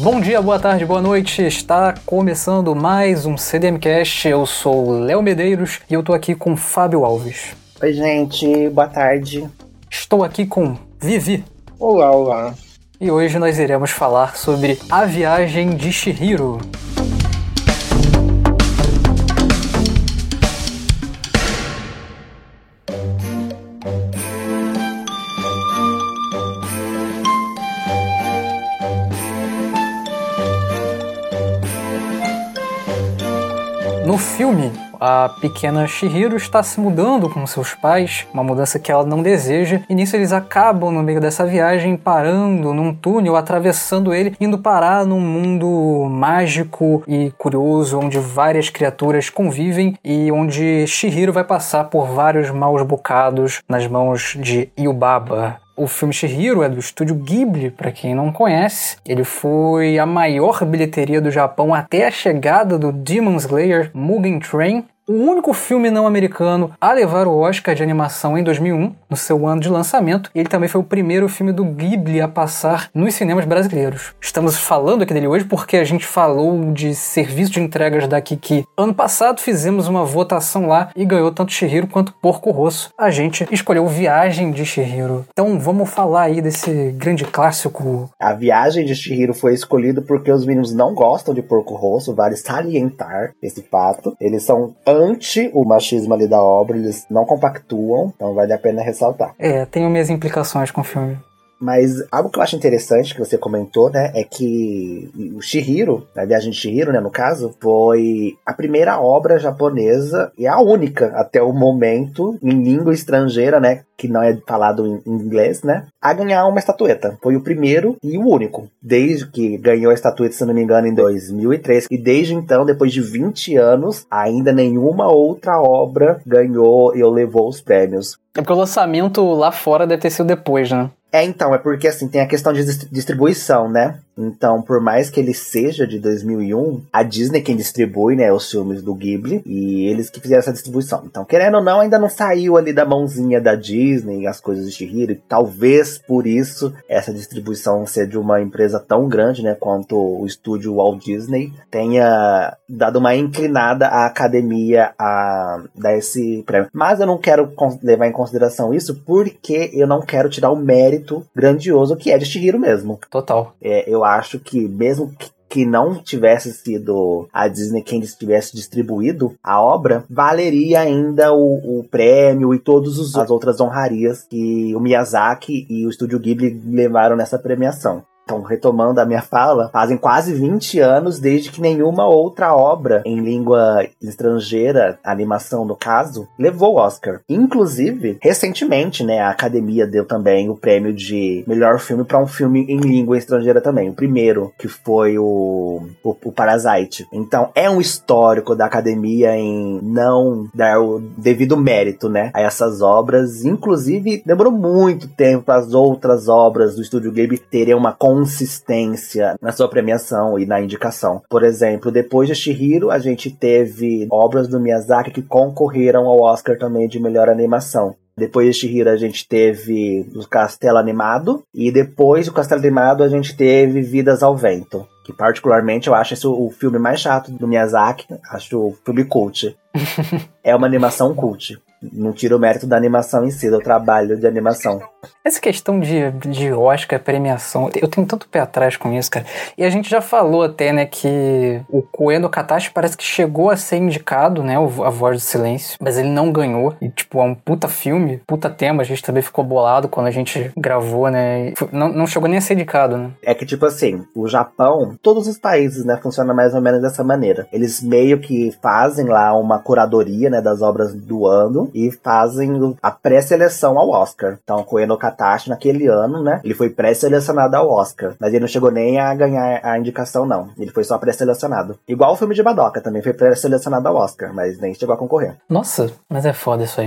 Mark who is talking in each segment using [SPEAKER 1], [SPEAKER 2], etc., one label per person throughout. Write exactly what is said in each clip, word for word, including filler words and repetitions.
[SPEAKER 1] Bom dia, boa tarde, boa noite. Está começando mais um C D M Cast. Eu sou o Léo Medeiros e eu tô aqui com Fábio Alves.
[SPEAKER 2] Oi, gente. Boa tarde.
[SPEAKER 1] Estou aqui com Vivi.
[SPEAKER 3] Olá, olá.
[SPEAKER 1] E hoje nós iremos falar sobre A Viagem de Chihiro. No filme, a pequena Chihiro está se mudando com seus pais, uma mudança que ela não deseja, e nisso eles acabam no meio dessa viagem parando num túnel, atravessando ele, indo parar num mundo mágico e curioso, onde várias criaturas convivem e onde Chihiro vai passar por vários maus bocados nas mãos de Yubaba. O filme Chihiro é do estúdio Ghibli, para quem não conhece. Ele foi a maior bilheteria do Japão até a chegada do Demon Slayer Mugen Train, o único filme não americano a levar o Oscar de animação em dois mil e um, no seu ano de lançamento, e ele também foi o primeiro filme do Ghibli a passar nos cinemas brasileiros. Estamos falando aqui dele hoje porque a gente falou de serviço de entregas da Kiki. Ano passado fizemos uma votação lá e ganhou tanto Chihiro quanto Porco Rosso. A gente escolheu Viagem de Chihiro. Então vamos falar aí desse grande clássico.
[SPEAKER 2] A Viagem de Chihiro foi escolhido porque os meninos não gostam de Porco Rosso, vale salientar esse fato. Eles são anti o machismo ali da obra, eles não compactuam, então vale a pena ressaltar.
[SPEAKER 1] É, tenho minhas implicações com o filme.
[SPEAKER 2] Mas algo que eu acho interessante que você comentou, né, é que o Chihiro, a Viagem de Chihiro, né, no caso, foi a primeira obra japonesa e a única até o momento em língua estrangeira, né, que não é falado em inglês, né, a ganhar uma estatueta. Foi o primeiro e o único, desde que ganhou a estatueta, se não me engano, em dois mil e três. E desde então, depois de vinte anos, ainda nenhuma outra obra ganhou e levou os prêmios.
[SPEAKER 1] É porque o lançamento lá fora deve ter sido depois, né?
[SPEAKER 2] É, então, é porque assim, tem a questão de distribuição, né? Então, por mais que ele seja de dois mil e um, a Disney quem distribui, né, os filmes do Ghibli, e eles que fizeram essa distribuição. Então, querendo ou não, ainda não saiu ali da mãozinha da Disney as coisas de Chihiro, e talvez por isso essa distribuição seja de uma empresa tão grande, né, quanto o estúdio Walt Disney, tenha dado uma inclinada à academia a dar esse prêmio. Mas eu não quero levar em consideração isso porque eu não quero tirar o mérito grandioso que é de Chihiro mesmo.
[SPEAKER 1] Total.
[SPEAKER 2] É, eu acho que mesmo que que não tivesse sido a Disney quem tivesse distribuído a obra, valeria ainda o, o prêmio e todas as outras honrarias que o Miyazaki e o Estúdio Ghibli levaram nessa premiação. Então, retomando a minha fala, fazem quase vinte anos desde que nenhuma outra obra em língua estrangeira, animação no caso, levou o Oscar. Inclusive, recentemente, né, a Academia deu também o prêmio de melhor filme para um filme em língua estrangeira também. O primeiro, que foi o, o, o Parasite. Então, é um histórico da Academia em não dar o devido mérito, né, a essas obras. Inclusive, demorou muito tempo para as outras obras do Estúdio Ghibli terem uma consistência na sua premiação e na indicação. Por exemplo, depois de Chihiro, a gente teve obras do Miyazaki que concorreram ao Oscar também de melhor animação. Depois de Chihiro, a gente teve o Castelo Animado, e depois do Castelo Animado, a gente teve Vidas ao Vento, que particularmente eu acho esse o filme mais chato do Miyazaki, acho o filme cult. É uma animação cult. Não tira o mérito da animação em si, do trabalho de animação.
[SPEAKER 1] Essa questão de, de Oscar, premiação, eu tenho tanto pé atrás com isso, cara. E a gente já falou até, né, que o Koe no Katachi parece que chegou a ser indicado, né, A Voz do Silêncio, mas ele não ganhou. E, tipo, é um puta filme, puta tema, a gente também ficou bolado quando a gente gravou, né, e não, não chegou nem a ser indicado, né.
[SPEAKER 2] É que, tipo assim, o Japão, todos os países, né, funcionam mais ou menos dessa maneira. Eles meio que fazem lá uma curadoria, né, das obras do ano, e fazem a pré-seleção ao Oscar. Então, Koe no Katachi, naquele ano, né, ele foi pré-selecionado ao Oscar, mas ele não chegou nem a ganhar a indicação, não. Ele foi só pré-selecionado. Igual o filme de Madoka, também foi pré-selecionado ao Oscar, mas nem chegou a concorrer.
[SPEAKER 1] Nossa, mas é foda isso aí.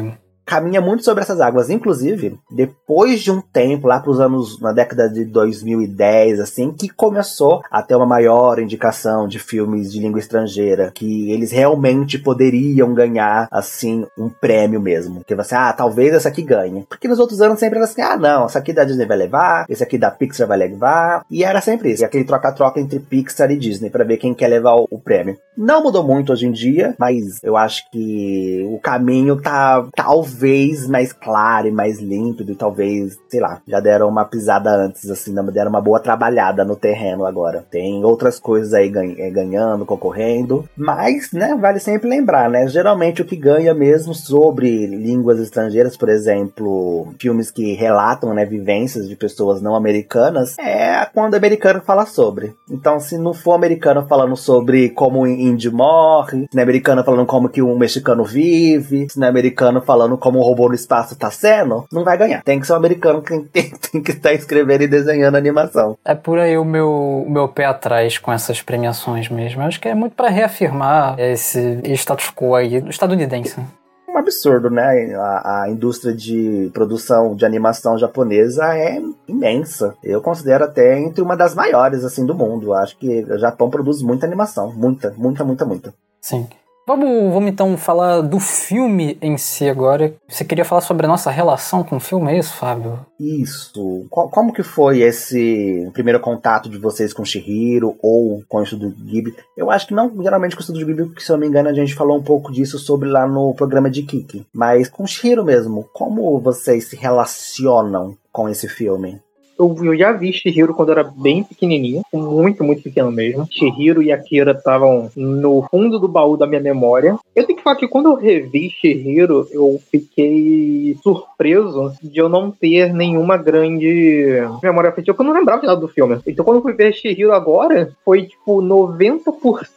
[SPEAKER 2] caminha muito sobre essas águas. Inclusive, depois de um tempo, lá pros anos, na década de dois mil e dez, assim, que começou a ter uma maior indicação de filmes de língua estrangeira, que eles realmente poderiam ganhar, assim, um prêmio mesmo. Que você, ah, talvez essa aqui ganhe. Porque nos outros anos sempre era assim, ah, não, essa aqui da Disney vai levar, esse aqui da Pixar vai levar, e era sempre isso. E aquele troca-troca entre Pixar e Disney, pra ver quem quer levar o, o prêmio. Não mudou muito hoje em dia, mas eu acho que o caminho tá talvez mais claro e mais límpido, e talvez, sei lá, já deram uma pisada antes, assim, deram uma boa trabalhada no terreno agora. Tem outras coisas aí ganhando, concorrendo, mas, né, vale sempre lembrar, né, geralmente o que ganha mesmo sobre línguas estrangeiras, por exemplo, filmes que relatam, né, vivências de pessoas não americanas, é quando o americano fala sobre. Então, se não for americano falando sobre como o índio morre, se não é americano falando como que um mexicano vive, se não é americano falando como o robô no espaço tá sendo, não vai ganhar. Tem que ser um americano que tem, tem que estar escrevendo e desenhando animação.
[SPEAKER 1] É por aí o meu, o meu pé atrás com essas premiações mesmo. Eu acho que é muito pra reafirmar esse status quo aí estadunidense.
[SPEAKER 2] Um absurdo, né? A, a indústria de produção de animação japonesa é imensa. Eu considero até entre uma das maiores, assim, do mundo. Acho que o Japão produz muita animação. Muita, muita, muita, muita.
[SPEAKER 1] Sim. Vamos, vamos então falar do filme em si agora. Você queria falar sobre a nossa relação com o filme, é isso, Fábio?
[SPEAKER 2] Isso. Como que foi esse primeiro contato de vocês com Chihiro ou com o Estúdio Ghibli? Eu acho que não geralmente com o Estúdio Ghibli, porque se eu não me engano a gente falou um pouco disso sobre lá no programa de Kiki. Mas com Chihiro mesmo, como vocês se relacionam com esse filme?
[SPEAKER 3] Eu, eu já vi Chihiro quando eu era bem pequenininho, muito, muito pequeno mesmo. Chihiro e Akira estavam no fundo do baú da minha memória. Eu tenho que falar que quando eu revi Chihiro, eu fiquei surpreso de eu não ter nenhuma grande memória afetiva, porque eu não lembrava de nada do filme. Então quando eu fui ver Chihiro agora, foi tipo noventa por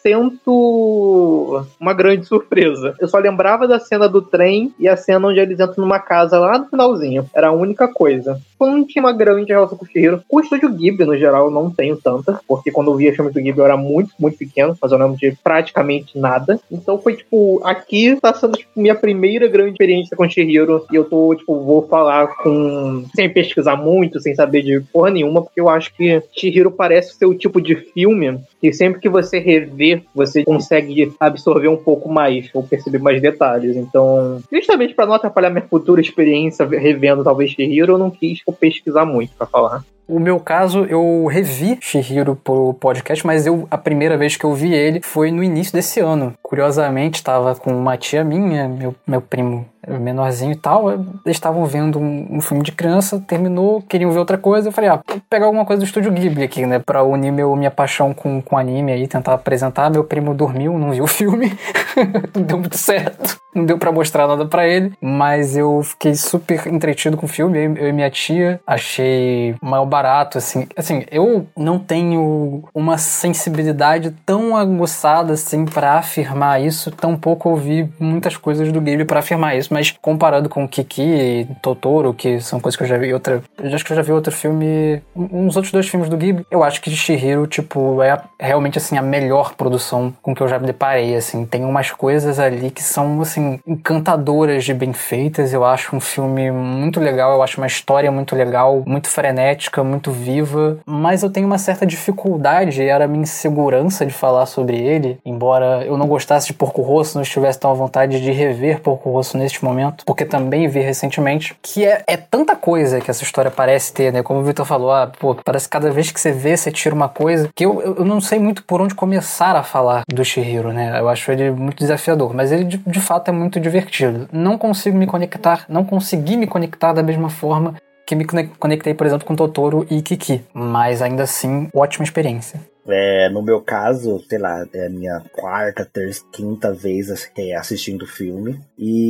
[SPEAKER 3] cento uma grande surpresa. Eu só lembrava da cena do trem e a cena onde eles entram numa casa lá no finalzinho. Era a única coisa. Eu não tinha uma grande relação com o Chihiro. Com o Estúdio Ghibli, no geral, eu não tenho tanta, porque quando eu via filme do Ghibli eu era muito, muito pequeno, mas eu não lembro de praticamente nada. Então foi, tipo, aqui tá sendo, tipo, minha primeira grande experiência com o Chihiro, e eu tô, tipo, vou falar com... sem pesquisar muito, sem saber de porra nenhuma, porque eu acho que Chihiro parece ser o tipo de filme que sempre que você revê, você consegue absorver um pouco mais, ou perceber mais detalhes. Então, justamente pra não atrapalhar minha futura experiência revendo talvez Chihiro, eu não quis pesquisar muito pra falar.
[SPEAKER 1] O meu caso, eu revi Chihiro pro podcast, mas eu, a primeira vez que eu vi ele foi no início desse ano. Curiosamente, estava com uma tia minha, meu, meu primo menorzinho e tal, eles estavam vendo um, um filme de criança, terminou, queriam ver outra coisa, eu falei, ah, vou pegar alguma coisa do Estúdio Ghibli aqui, né, pra unir meu, minha paixão com, com anime aí, tentar apresentar. Meu primo dormiu, não viu o filme, não deu muito certo, não deu pra mostrar nada pra ele, mas eu fiquei super entretido com o filme, eu, eu e minha tia, achei mal barato, assim, assim, eu não tenho uma sensibilidade tão aguçada, assim, pra afirmar isso, tampouco ouvi muitas coisas do Ghibli pra afirmar isso, mas comparado com Kiki e Totoro, que são coisas que eu já vi outra, eu acho que eu já vi outro filme, uns outros dois filmes do Ghibli, eu acho que Chihiro, tipo, é realmente, assim, a melhor produção com que eu já me deparei, assim, tem umas coisas ali que são, assim, encantadoras de bem feitas. Eu acho um filme muito legal, eu acho uma história muito legal, muito frenética, muito viva, mas eu tenho uma certa dificuldade, era a minha insegurança de falar sobre ele, embora eu não gostasse de Porco Rosso, não estivesse tão à vontade de rever Porco Rosso neste momento, porque também vi recentemente, que é, é tanta coisa que essa história parece ter, né, como o Victor falou, ah, pô, parece que cada vez que você vê, você tira uma coisa, que eu, eu não sei muito por onde começar a falar do Chihiro, né, eu acho ele muito desafiador, mas ele de, de fato é muito divertido. Não consigo me conectar, não consegui me conectar da mesma forma que me conectei, por exemplo, com Totoro e Kiki, mas ainda assim, ótima experiência.
[SPEAKER 2] É, no meu caso, sei lá, é a minha quarta, terça, quinta vez assistindo o filme.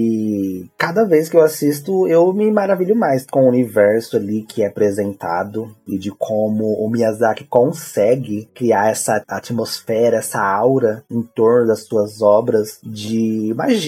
[SPEAKER 2] E cada vez que eu assisto, eu me maravilho mais com o universo ali que é apresentado e de como o Miyazaki consegue criar essa atmosfera, essa aura em torno das suas obras de magia.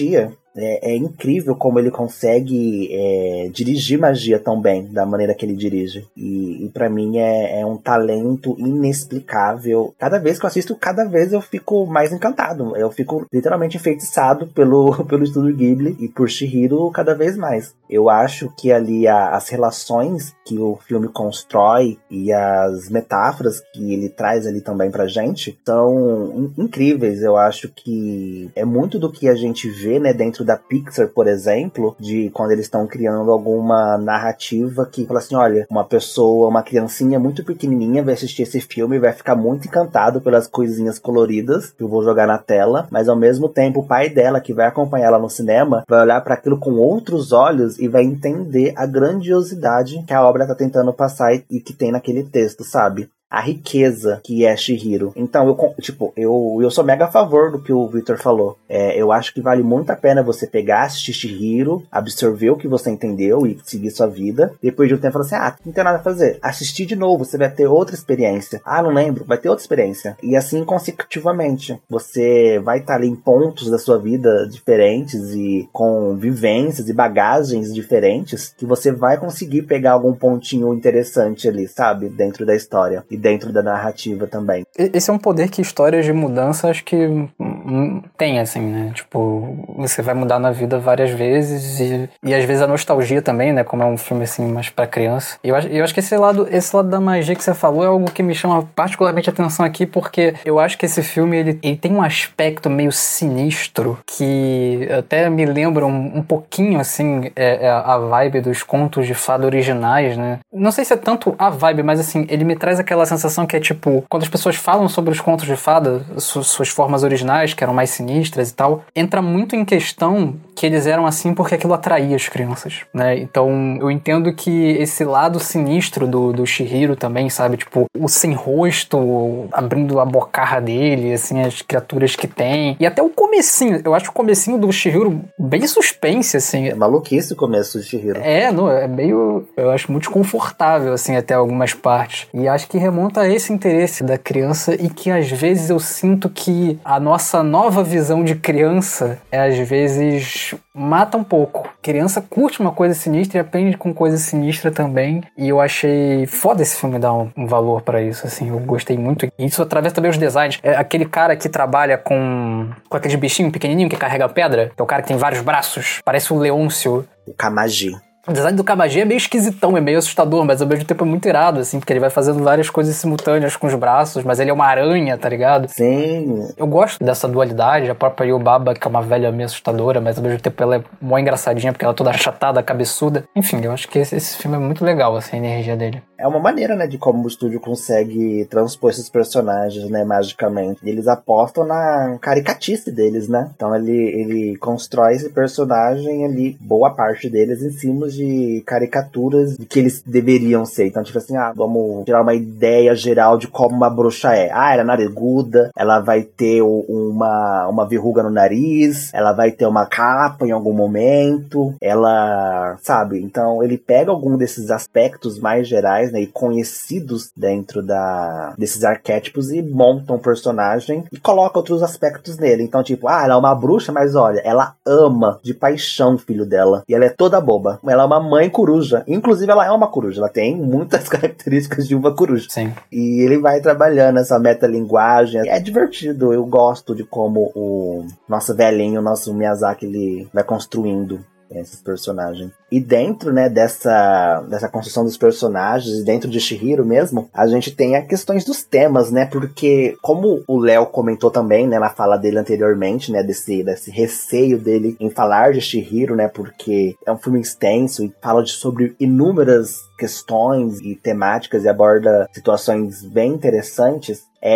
[SPEAKER 2] É, é incrível como ele consegue é, dirigir magia tão bem, da maneira que ele dirige. E, e para mim é, é um talento inexplicável. Cada vez que eu assisto, cada vez eu fico mais encantado. Eu fico literalmente enfeitiçado pelo, pelo estúdio Ghibli e por Chihiro cada vez mais. Eu acho que ali a, as relações que o filme constrói e as metáforas que ele traz ali também pra gente são in- incríveis. Eu acho que é muito do que a gente vê, né, dentro da Pixar, por exemplo, de quando eles estão criando alguma narrativa que fala assim, olha, uma pessoa, uma criancinha muito pequenininha vai assistir esse filme e vai ficar muito encantado pelas coisinhas coloridas que eu vou jogar na tela, mas ao mesmo tempo o pai dela, que vai acompanhar ela no cinema, vai olhar para aquilo com outros olhos e vai entender a grandiosidade que a obra tá tentando passar e, e que tem naquele texto, sabe? A riqueza que é Chihiro. Então, eu, tipo, eu, eu sou mega a favor do que o Victor falou. É, eu acho que vale muito a pena você pegar, assistir Chihiro, absorver o que você entendeu e seguir sua vida. Depois de um tempo, falar assim, ah, não tem nada a fazer. Assistir de novo, você vai ter outra experiência. Ah, não lembro, vai ter outra experiência. E assim consecutivamente. Você vai estar ali em pontos da sua vida diferentes e com vivências e bagagens diferentes que você vai conseguir pegar algum pontinho interessante ali, sabe? Dentro da história. E dentro da narrativa também.
[SPEAKER 1] Esse é um poder que histórias de mudança acho que hum, tem, assim, né? Tipo, você vai mudar na vida várias vezes e, e às vezes a nostalgia também, né? Como é um filme, assim, mais pra criança. E eu, eu acho que esse lado, esse lado da magia que você falou é algo que me chama particularmente a atenção aqui, porque eu acho que esse filme, ele, ele tem um aspecto meio sinistro que até me lembra um, um pouquinho, assim, é, é a vibe dos contos de fada originais, né? Não sei se é tanto a vibe, mas, assim, ele me traz aquela sensação que é tipo, quando as pessoas falam sobre os contos de fada, su- suas formas originais, que eram mais sinistras e tal, entra muito em questão que eles eram assim porque aquilo atraía as crianças, né? Então, eu entendo que esse lado sinistro do, do Chihiro também, sabe? Tipo, o sem rosto, abrindo a bocarra dele, assim, as criaturas que tem. E até o comecinho, eu acho o comecinho do Chihiro bem suspense, assim.
[SPEAKER 2] É maluquice o começo do Chihiro.
[SPEAKER 1] É, não, é meio, eu acho muito desconfortável, assim, até algumas partes. E acho que remonta a esse interesse da criança e que às vezes eu sinto que a nossa nova visão de criança é, às vezes mata um pouco. Criança curte uma coisa sinistra e aprende com coisa sinistra também, e eu achei foda esse filme dar um, um valor pra isso, assim, eu gostei muito. E isso através também dos designs. É aquele cara que trabalha com com aquele bichinho pequenininho que carrega pedra, que é o cara que tem vários braços, parece o Leôncio.
[SPEAKER 2] O Kamaji.
[SPEAKER 1] O design do Kamaji é meio esquisitão, é meio assustador, mas ao mesmo tempo é muito irado, assim, porque ele vai fazendo várias coisas simultâneas com os braços, mas ele é uma aranha, tá ligado?
[SPEAKER 2] Sim.
[SPEAKER 1] Eu gosto dessa dualidade, a própria Yubaba, que é uma velha meio assustadora, mas ao mesmo tempo ela é mó engraçadinha, porque ela é toda achatada, cabeçuda. Enfim, eu acho que esse, esse filme é muito legal, assim, a energia dele.
[SPEAKER 2] É uma maneira, né, de como o estúdio consegue transpor esses personagens, né, magicamente. E eles apostam na caricatice deles, né? Então ele, ele constrói esse personagem ali, boa parte deles, em cima de caricaturas de que eles deveriam ser. Então, tipo assim, ah, vamos tirar uma ideia geral de como uma bruxa é. Ah, ela é nariguda, ela vai ter uma, uma verruga no nariz, ela vai ter uma capa em algum momento, ela, sabe? Então, ele pega algum desses aspectos mais gerais, né, e conhecidos dentro da, desses arquétipos e monta um personagem e coloca outros aspectos nele. Então, tipo, ah, ela é uma bruxa, mas olha, ela ama de paixão o filho dela. E ela é toda boba. Ela é uma mãe coruja. Inclusive, ela é uma coruja. Ela tem muitas características de uma coruja.
[SPEAKER 1] Sim.
[SPEAKER 2] E ele vai trabalhando essa metalinguagem. É divertido. Eu gosto de como o nosso velhinho, o nosso Miyazaki, ele vai construindo esses personagens. E dentro, né, dessa, dessa construção dos personagens, e dentro de Chihiro mesmo, a gente tem as questões dos temas, né, porque como o Léo comentou também, né, na fala dele anteriormente, né, desse, desse receio dele em falar de Chihiro, né, porque é um filme extenso e fala de, sobre inúmeras questões e temáticas e aborda situações bem interessantes, é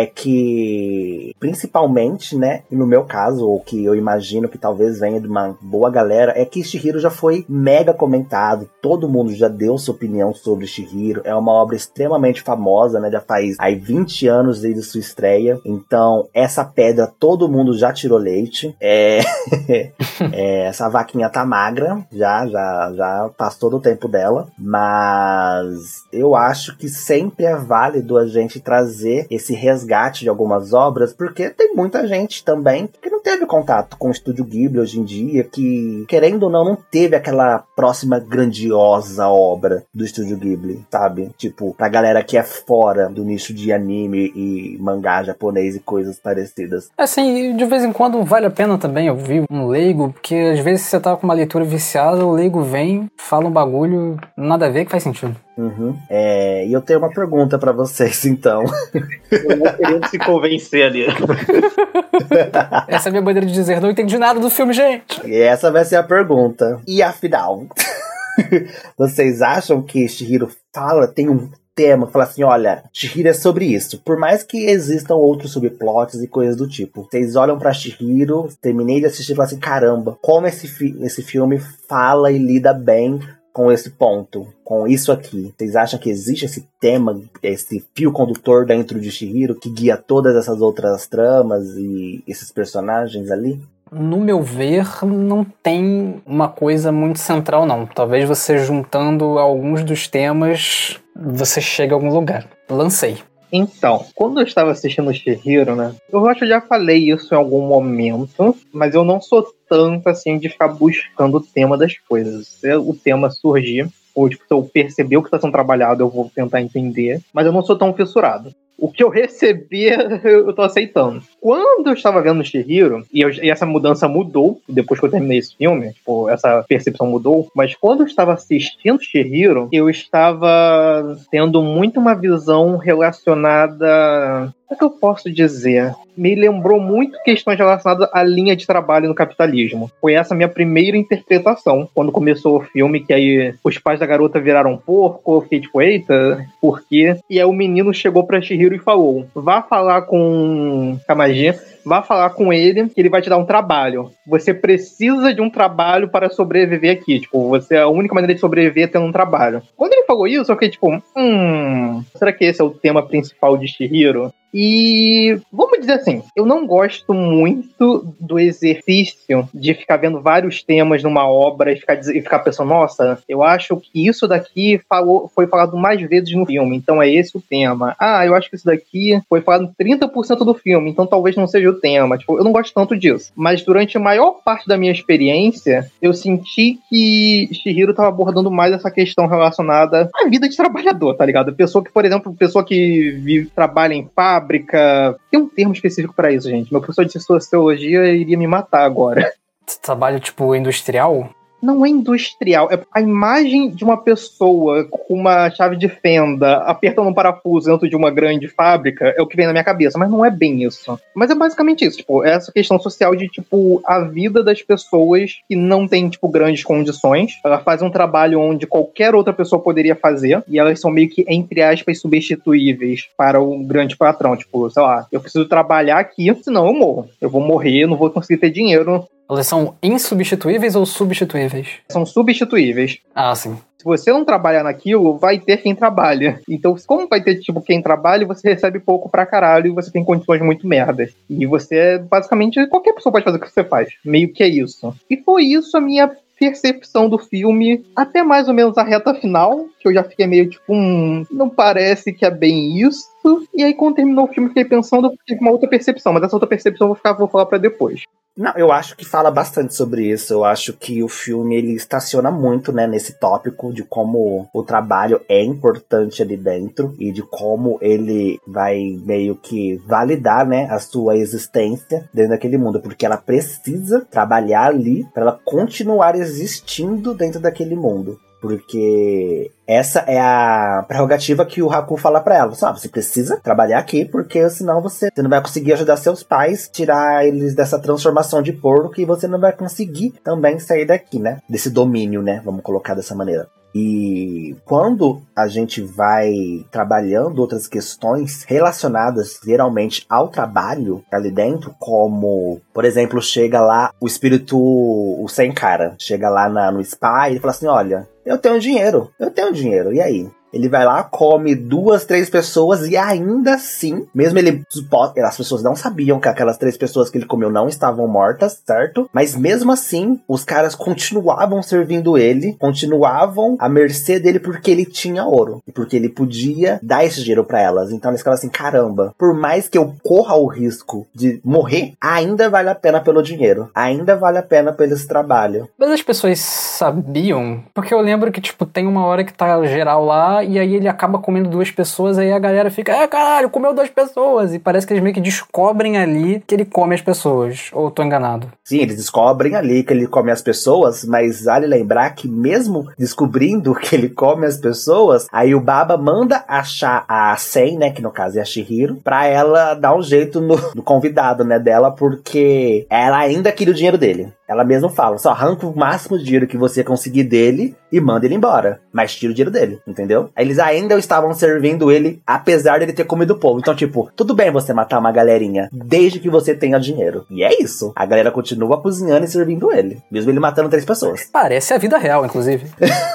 [SPEAKER 2] que, principalmente, né, e no meu caso, ou que eu imagino que talvez venha de uma boa galera, é que Chihiro já foi mega comentado, todo mundo já deu sua opinião sobre Chihiro, é uma obra extremamente famosa, né, já faz aí vinte anos desde sua estreia, então essa pedra todo mundo já tirou leite, é, é, essa vaquinha tá magra, já, já, já passou do tempo dela, mas Mas eu acho que sempre é válido a gente trazer esse resgate de algumas obras, porque tem muita gente também que não teve contato com o Estúdio Ghibli hoje em dia, que, querendo ou não, não teve aquela próxima grandiosa obra do Estúdio Ghibli, sabe? Tipo, pra galera que é fora do nicho de anime e mangá japonês e coisas parecidas.
[SPEAKER 1] Assim, de vez em quando vale a pena também ouvir um leigo, porque às vezes você tá com uma leitura viciada, o leigo vem, fala um bagulho, nada a ver, que faz sentido.
[SPEAKER 2] Uhum. É, e eu tenho uma pergunta pra vocês, então.
[SPEAKER 3] Eu vou querendo se convencer ali.
[SPEAKER 1] Essa é a minha maneira de dizer, não entendi nada do filme, gente.
[SPEAKER 2] E essa vai ser a pergunta. E afinal, vocês acham que Chihiro fala, tem um tema, fala assim, olha, Chihiro é sobre isso. Por mais que existam outros subplots e coisas do tipo, vocês olham pra Chihiro, terminei de assistir e falam assim, caramba, como esse, fi- esse filme fala e lida bem com esse ponto, com isso aqui. Vocês acham que existe esse tema, esse fio condutor dentro de Chihiro que guia todas essas outras tramas e esses personagens ali?
[SPEAKER 1] No meu ver, não tem uma coisa muito central, não. Talvez você juntando alguns dos temas, você chegue a algum lugar. Lancei.
[SPEAKER 3] Então, quando eu estava assistindo Chihiro, né, eu acho que eu já falei isso em algum momento, mas eu não sou tanto assim de ficar buscando o tema das coisas. Se o tema surgir, ou tipo, se eu perceber o que está sendo trabalhado, eu vou tentar entender, mas eu não sou tão fissurado. O que eu recebi, eu tô aceitando. Quando eu estava vendo Chihiro, e, eu, e essa mudança mudou, depois que eu terminei esse filme, tipo, essa percepção mudou, mas quando eu estava assistindo Chihiro, eu estava tendo muito uma visão relacionada... O que eu posso dizer? Me lembrou muito questões relacionadas à linha de trabalho no capitalismo. Foi essa minha primeira interpretação. Quando começou o filme, que aí os pais da garota viraram um porco, eu fiquei tipo, eita, por quê? E aí o menino chegou pra Chihiro e falou, vá falar com Kamaji, vá falar com ele, que ele vai te dar um trabalho. Você precisa de um trabalho para sobreviver aqui. Tipo, você, a única maneira de sobreviver é tendo um trabalho. Quando ele falou isso, eu fiquei tipo, hum, será que esse é o tema principal de Chihiro? E vamos dizer assim, eu não gosto muito do exercício de ficar vendo vários temas numa obra e ficar, e ficar pensando, nossa, eu acho que isso daqui falou, foi falado mais vezes no filme, então é esse o tema. Ah, eu acho que isso daqui foi falado trinta por cento do filme, então talvez não seja o tema. Tipo, eu não gosto tanto disso. Mas durante a maior parte da minha experiência, eu senti que Chihiro estava abordando mais essa questão relacionada à vida de trabalhador, tá ligado? Pessoa que, por exemplo, pessoa que vive, trabalha em fábrica. Tem um termo específico pra isso, gente. Meu professor de sociologia iria me matar agora.
[SPEAKER 1] Trabalho, tipo, industrial?
[SPEAKER 3] Não é industrial, é a imagem de uma pessoa com uma chave de fenda apertando um parafuso dentro de uma grande fábrica é o que vem na minha cabeça, mas não é bem isso. Mas é basicamente isso, tipo, é essa questão social de, tipo, a vida das pessoas que não tem, tipo, grandes condições. Ela faz um trabalho onde qualquer outra pessoa poderia fazer e elas são meio que, entre aspas, substituíveis para o grande patrão. Tipo, sei lá, eu preciso trabalhar aqui, senão eu morro. Eu vou morrer, não vou conseguir ter dinheiro.
[SPEAKER 1] Elas são insubstituíveis ou substituíveis?
[SPEAKER 3] São substituíveis.
[SPEAKER 1] Ah, sim.
[SPEAKER 3] Se você não trabalhar naquilo, vai ter quem trabalha. Então, como vai ter, tipo, quem trabalha, você recebe pouco pra caralho e você tem condições muito merdas. E você, basicamente, qualquer pessoa pode fazer o que você faz. Meio que é isso. E foi isso a minha percepção do filme, até mais ou menos a reta final, que eu já fiquei meio tipo, hum, não parece que é bem isso. E aí, quando terminou o filme, fiquei pensando, tive uma outra percepção, mas essa outra percepção eu vou, ficar, vou falar pra depois.
[SPEAKER 2] Não, eu acho que fala bastante sobre isso. Eu acho que o filme, ele estaciona muito, né, nesse tópico de como o trabalho é importante ali dentro e de como ele vai meio que validar, né, a sua existência dentro daquele mundo, porque ela precisa trabalhar ali para ela continuar existindo dentro daquele mundo. Porque essa é a prerrogativa que o Haku fala pra ela. Ah, você precisa trabalhar aqui, porque senão você, você não vai conseguir ajudar seus pais, tirar eles dessa transformação de porco, e você não vai conseguir também sair daqui, né? Desse domínio, né? Vamos colocar dessa maneira. E quando a gente vai trabalhando outras questões relacionadas geralmente ao trabalho ali dentro, como, por exemplo, chega lá o espírito, o sem cara, chega lá na, no spa e ele fala assim, olha, eu tenho dinheiro, eu tenho dinheiro, e aí? Ele vai lá, come duas, três pessoas e ainda assim, mesmo ele... As pessoas não sabiam que aquelas três pessoas que ele comeu não estavam mortas, certo? Mas mesmo assim, os caras continuavam servindo ele, continuavam à mercê dele porque ele tinha ouro. E porque ele podia dar esse dinheiro pra elas. Então eles ficavam assim, caramba, por mais que eu corra o risco de morrer, ainda vale a pena pelo dinheiro. Ainda vale a pena pelo esse trabalho.
[SPEAKER 1] Mas as pessoas sabiam? Porque eu lembro que, tipo, tem uma hora que tá geral lá e aí ele acaba comendo duas pessoas, aí a galera fica, é, caralho, comeu duas pessoas. E parece que eles meio que descobrem ali que ele come as pessoas. Ou eu tô enganado?
[SPEAKER 2] Sim, eles descobrem ali que ele come as pessoas, mas vale lembrar que mesmo descobrindo que ele come as pessoas, aí o Baba manda achar a Sen, né, que no caso é a Chihiro, pra ela dar um jeito no, no convidado, né, dela, porque ela ainda queria o dinheiro dele. Ela mesma fala, só arranca o máximo de dinheiro que você conseguir dele e manda ele embora. Mas tira o dinheiro dele, entendeu? Aí eles ainda estavam servindo ele, apesar dele ter comido o povo. Então, tipo, tudo bem você matar uma galerinha, desde que você tenha dinheiro. E é isso. A galera continua cozinhando e servindo ele. Mesmo ele matando três pessoas.
[SPEAKER 1] Parece a vida real, inclusive.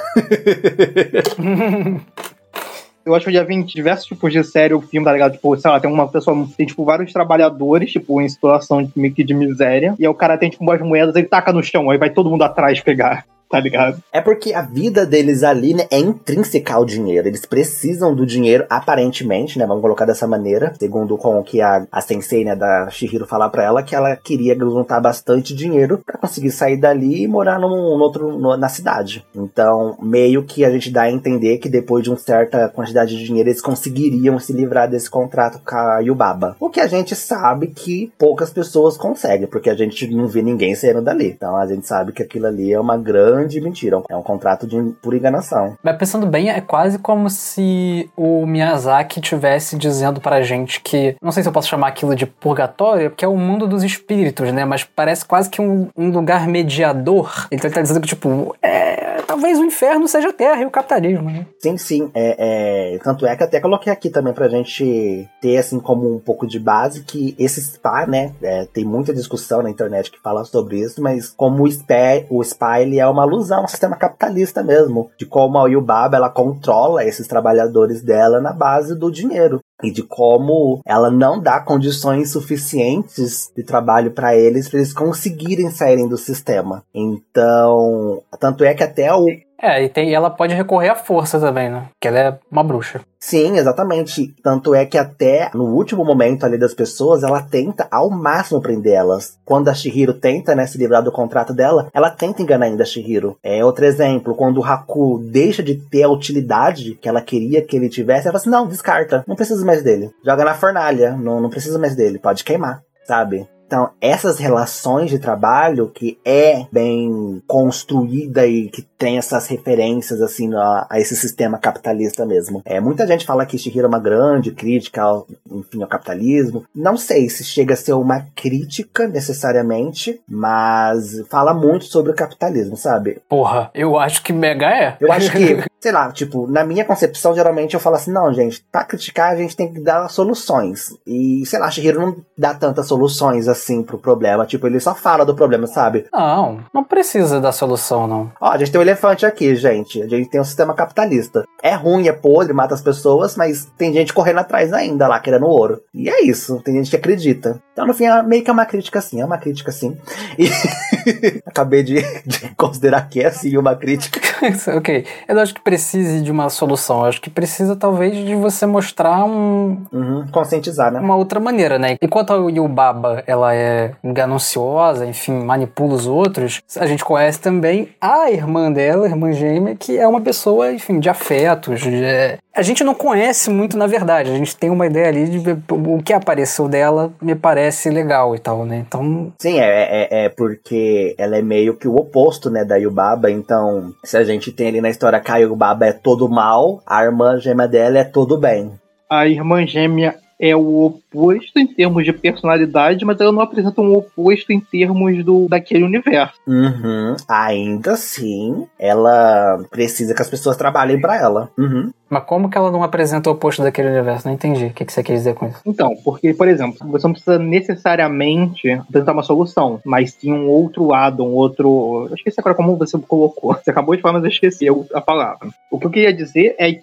[SPEAKER 3] Eu acho que eu já vi em diversos tipos de série ou filme, tá ligado? Tipo, sei lá, tem uma pessoa, tem, tipo, vários trabalhadores, tipo, em situação de, meio que de miséria, e aí o cara tem, tipo, umas moedas, ele taca no chão, aí vai todo mundo atrás pegar. Tá ligado?
[SPEAKER 2] É porque a vida deles ali, né, é intrínseca ao dinheiro. Eles precisam do dinheiro, aparentemente, né? Vamos colocar dessa maneira. Segundo com o que a, a sensei, né, da Chihiro falar pra ela, que ela queria juntar bastante dinheiro pra conseguir sair dali e morar num, num outro, no, na cidade. Então, meio que a gente dá a entender que depois de uma certa quantidade de dinheiro, eles conseguiriam se livrar desse contrato com a Yubaba. O que a gente sabe que poucas pessoas conseguem, porque a gente não vê ninguém saindo dali. Então, a gente sabe que aquilo ali é uma grande de mentira, é um contrato de pura enganação.
[SPEAKER 1] Mas pensando bem, é quase como se o Miyazaki tivesse dizendo pra gente que, não sei se eu posso chamar aquilo de purgatório, porque é o mundo dos espíritos, né, mas parece quase que um, um lugar mediador. Então ele tá dizendo que, tipo, é, talvez o inferno seja a terra e o capitalismo, né?
[SPEAKER 2] Sim, sim, é, é, tanto é que até coloquei aqui também pra gente ter, assim, como um pouco de base, que esse spa, né, é, tem muita discussão na internet que fala sobre isso, mas como o spa, o spa ele é uma alusão ao sistema capitalista mesmo, de como a Yubaba ela controla esses trabalhadores dela na base do dinheiro. E de como ela não dá condições suficientes de trabalho para eles, para eles conseguirem saírem do sistema. Então, tanto é que até o...
[SPEAKER 1] É, e tem, ela pode recorrer à força também, né? Porque ela é uma bruxa.
[SPEAKER 2] Sim, exatamente. Tanto é que até no último momento ali das pessoas, ela tenta ao máximo prender elas. Quando a Chihiro tenta, né, se livrar do contrato dela, ela tenta enganar ainda a Chihiro. É outro exemplo, quando o Haku deixa de ter a utilidade que ela queria que ele tivesse, ela fala assim, não, descarta, não precisa mais dele. Joga na fornalha, não, não precisa mais dele, pode queimar, sabe? Então, essas relações de trabalho que é bem construída e que tem essas referências, assim, a, a esse sistema capitalista mesmo. É, muita gente fala que Chihiro é uma grande crítica ao, enfim, ao capitalismo. Não sei se chega a ser uma crítica, necessariamente, mas fala muito sobre o capitalismo, sabe?
[SPEAKER 1] Porra, eu acho que mega é.
[SPEAKER 2] Eu acho que, sei lá, tipo, na minha concepção, geralmente eu falo assim, não, gente, pra criticar a gente tem que dar soluções. E, sei lá, Chihiro não dá tantas soluções assim, assim pro problema, tipo, ele só fala do problema, sabe?
[SPEAKER 1] Não, não precisa da solução, não.
[SPEAKER 2] Ó, a gente tem um elefante aqui, gente, a gente tem um sistema capitalista. É ruim, é podre, mata as pessoas, mas tem gente correndo atrás ainda lá, querendo ouro. E é isso, tem gente que acredita. Então, no fim, é meio que é uma crítica sim, é uma crítica sim. E acabei de, de considerar que é sim uma crítica.
[SPEAKER 1] Ok, eu não acho que precise de uma solução, eu acho que precisa talvez de você mostrar um...
[SPEAKER 2] Uhum, conscientizar, né?
[SPEAKER 1] Uma outra maneira, né? Enquanto a Yubaba, ela é gananciosa, enfim, manipula os outros, a gente conhece também a irmã dela, a irmã gêmea, que é uma pessoa, enfim, de afetos. De... A gente não conhece muito, na verdade. A gente tem uma ideia ali de o que apareceu dela me parece legal e tal, né? Então...
[SPEAKER 2] Sim, é, é, é porque ela é meio que o oposto, né, da Yubaba. Então, se a gente tem ali na história que a Yubaba é todo mal, a irmã gêmea dela é todo bem.
[SPEAKER 3] A irmã gêmea é o oposto em termos de personalidade, mas ela não apresenta um oposto em termos do, daquele universo.
[SPEAKER 2] Uhum. Ainda assim, ela precisa que as pessoas trabalhem pra ela. Uhum.
[SPEAKER 1] Mas como que ela não apresenta o oposto daquele universo? Não entendi. O que você quer dizer com isso?
[SPEAKER 3] Então, porque, por exemplo, você não precisa necessariamente apresentar uma solução, mas sim um outro lado, um outro... Eu esqueci agora como você colocou. Você acabou de falar, mas eu esqueci a palavra. O que eu queria dizer é que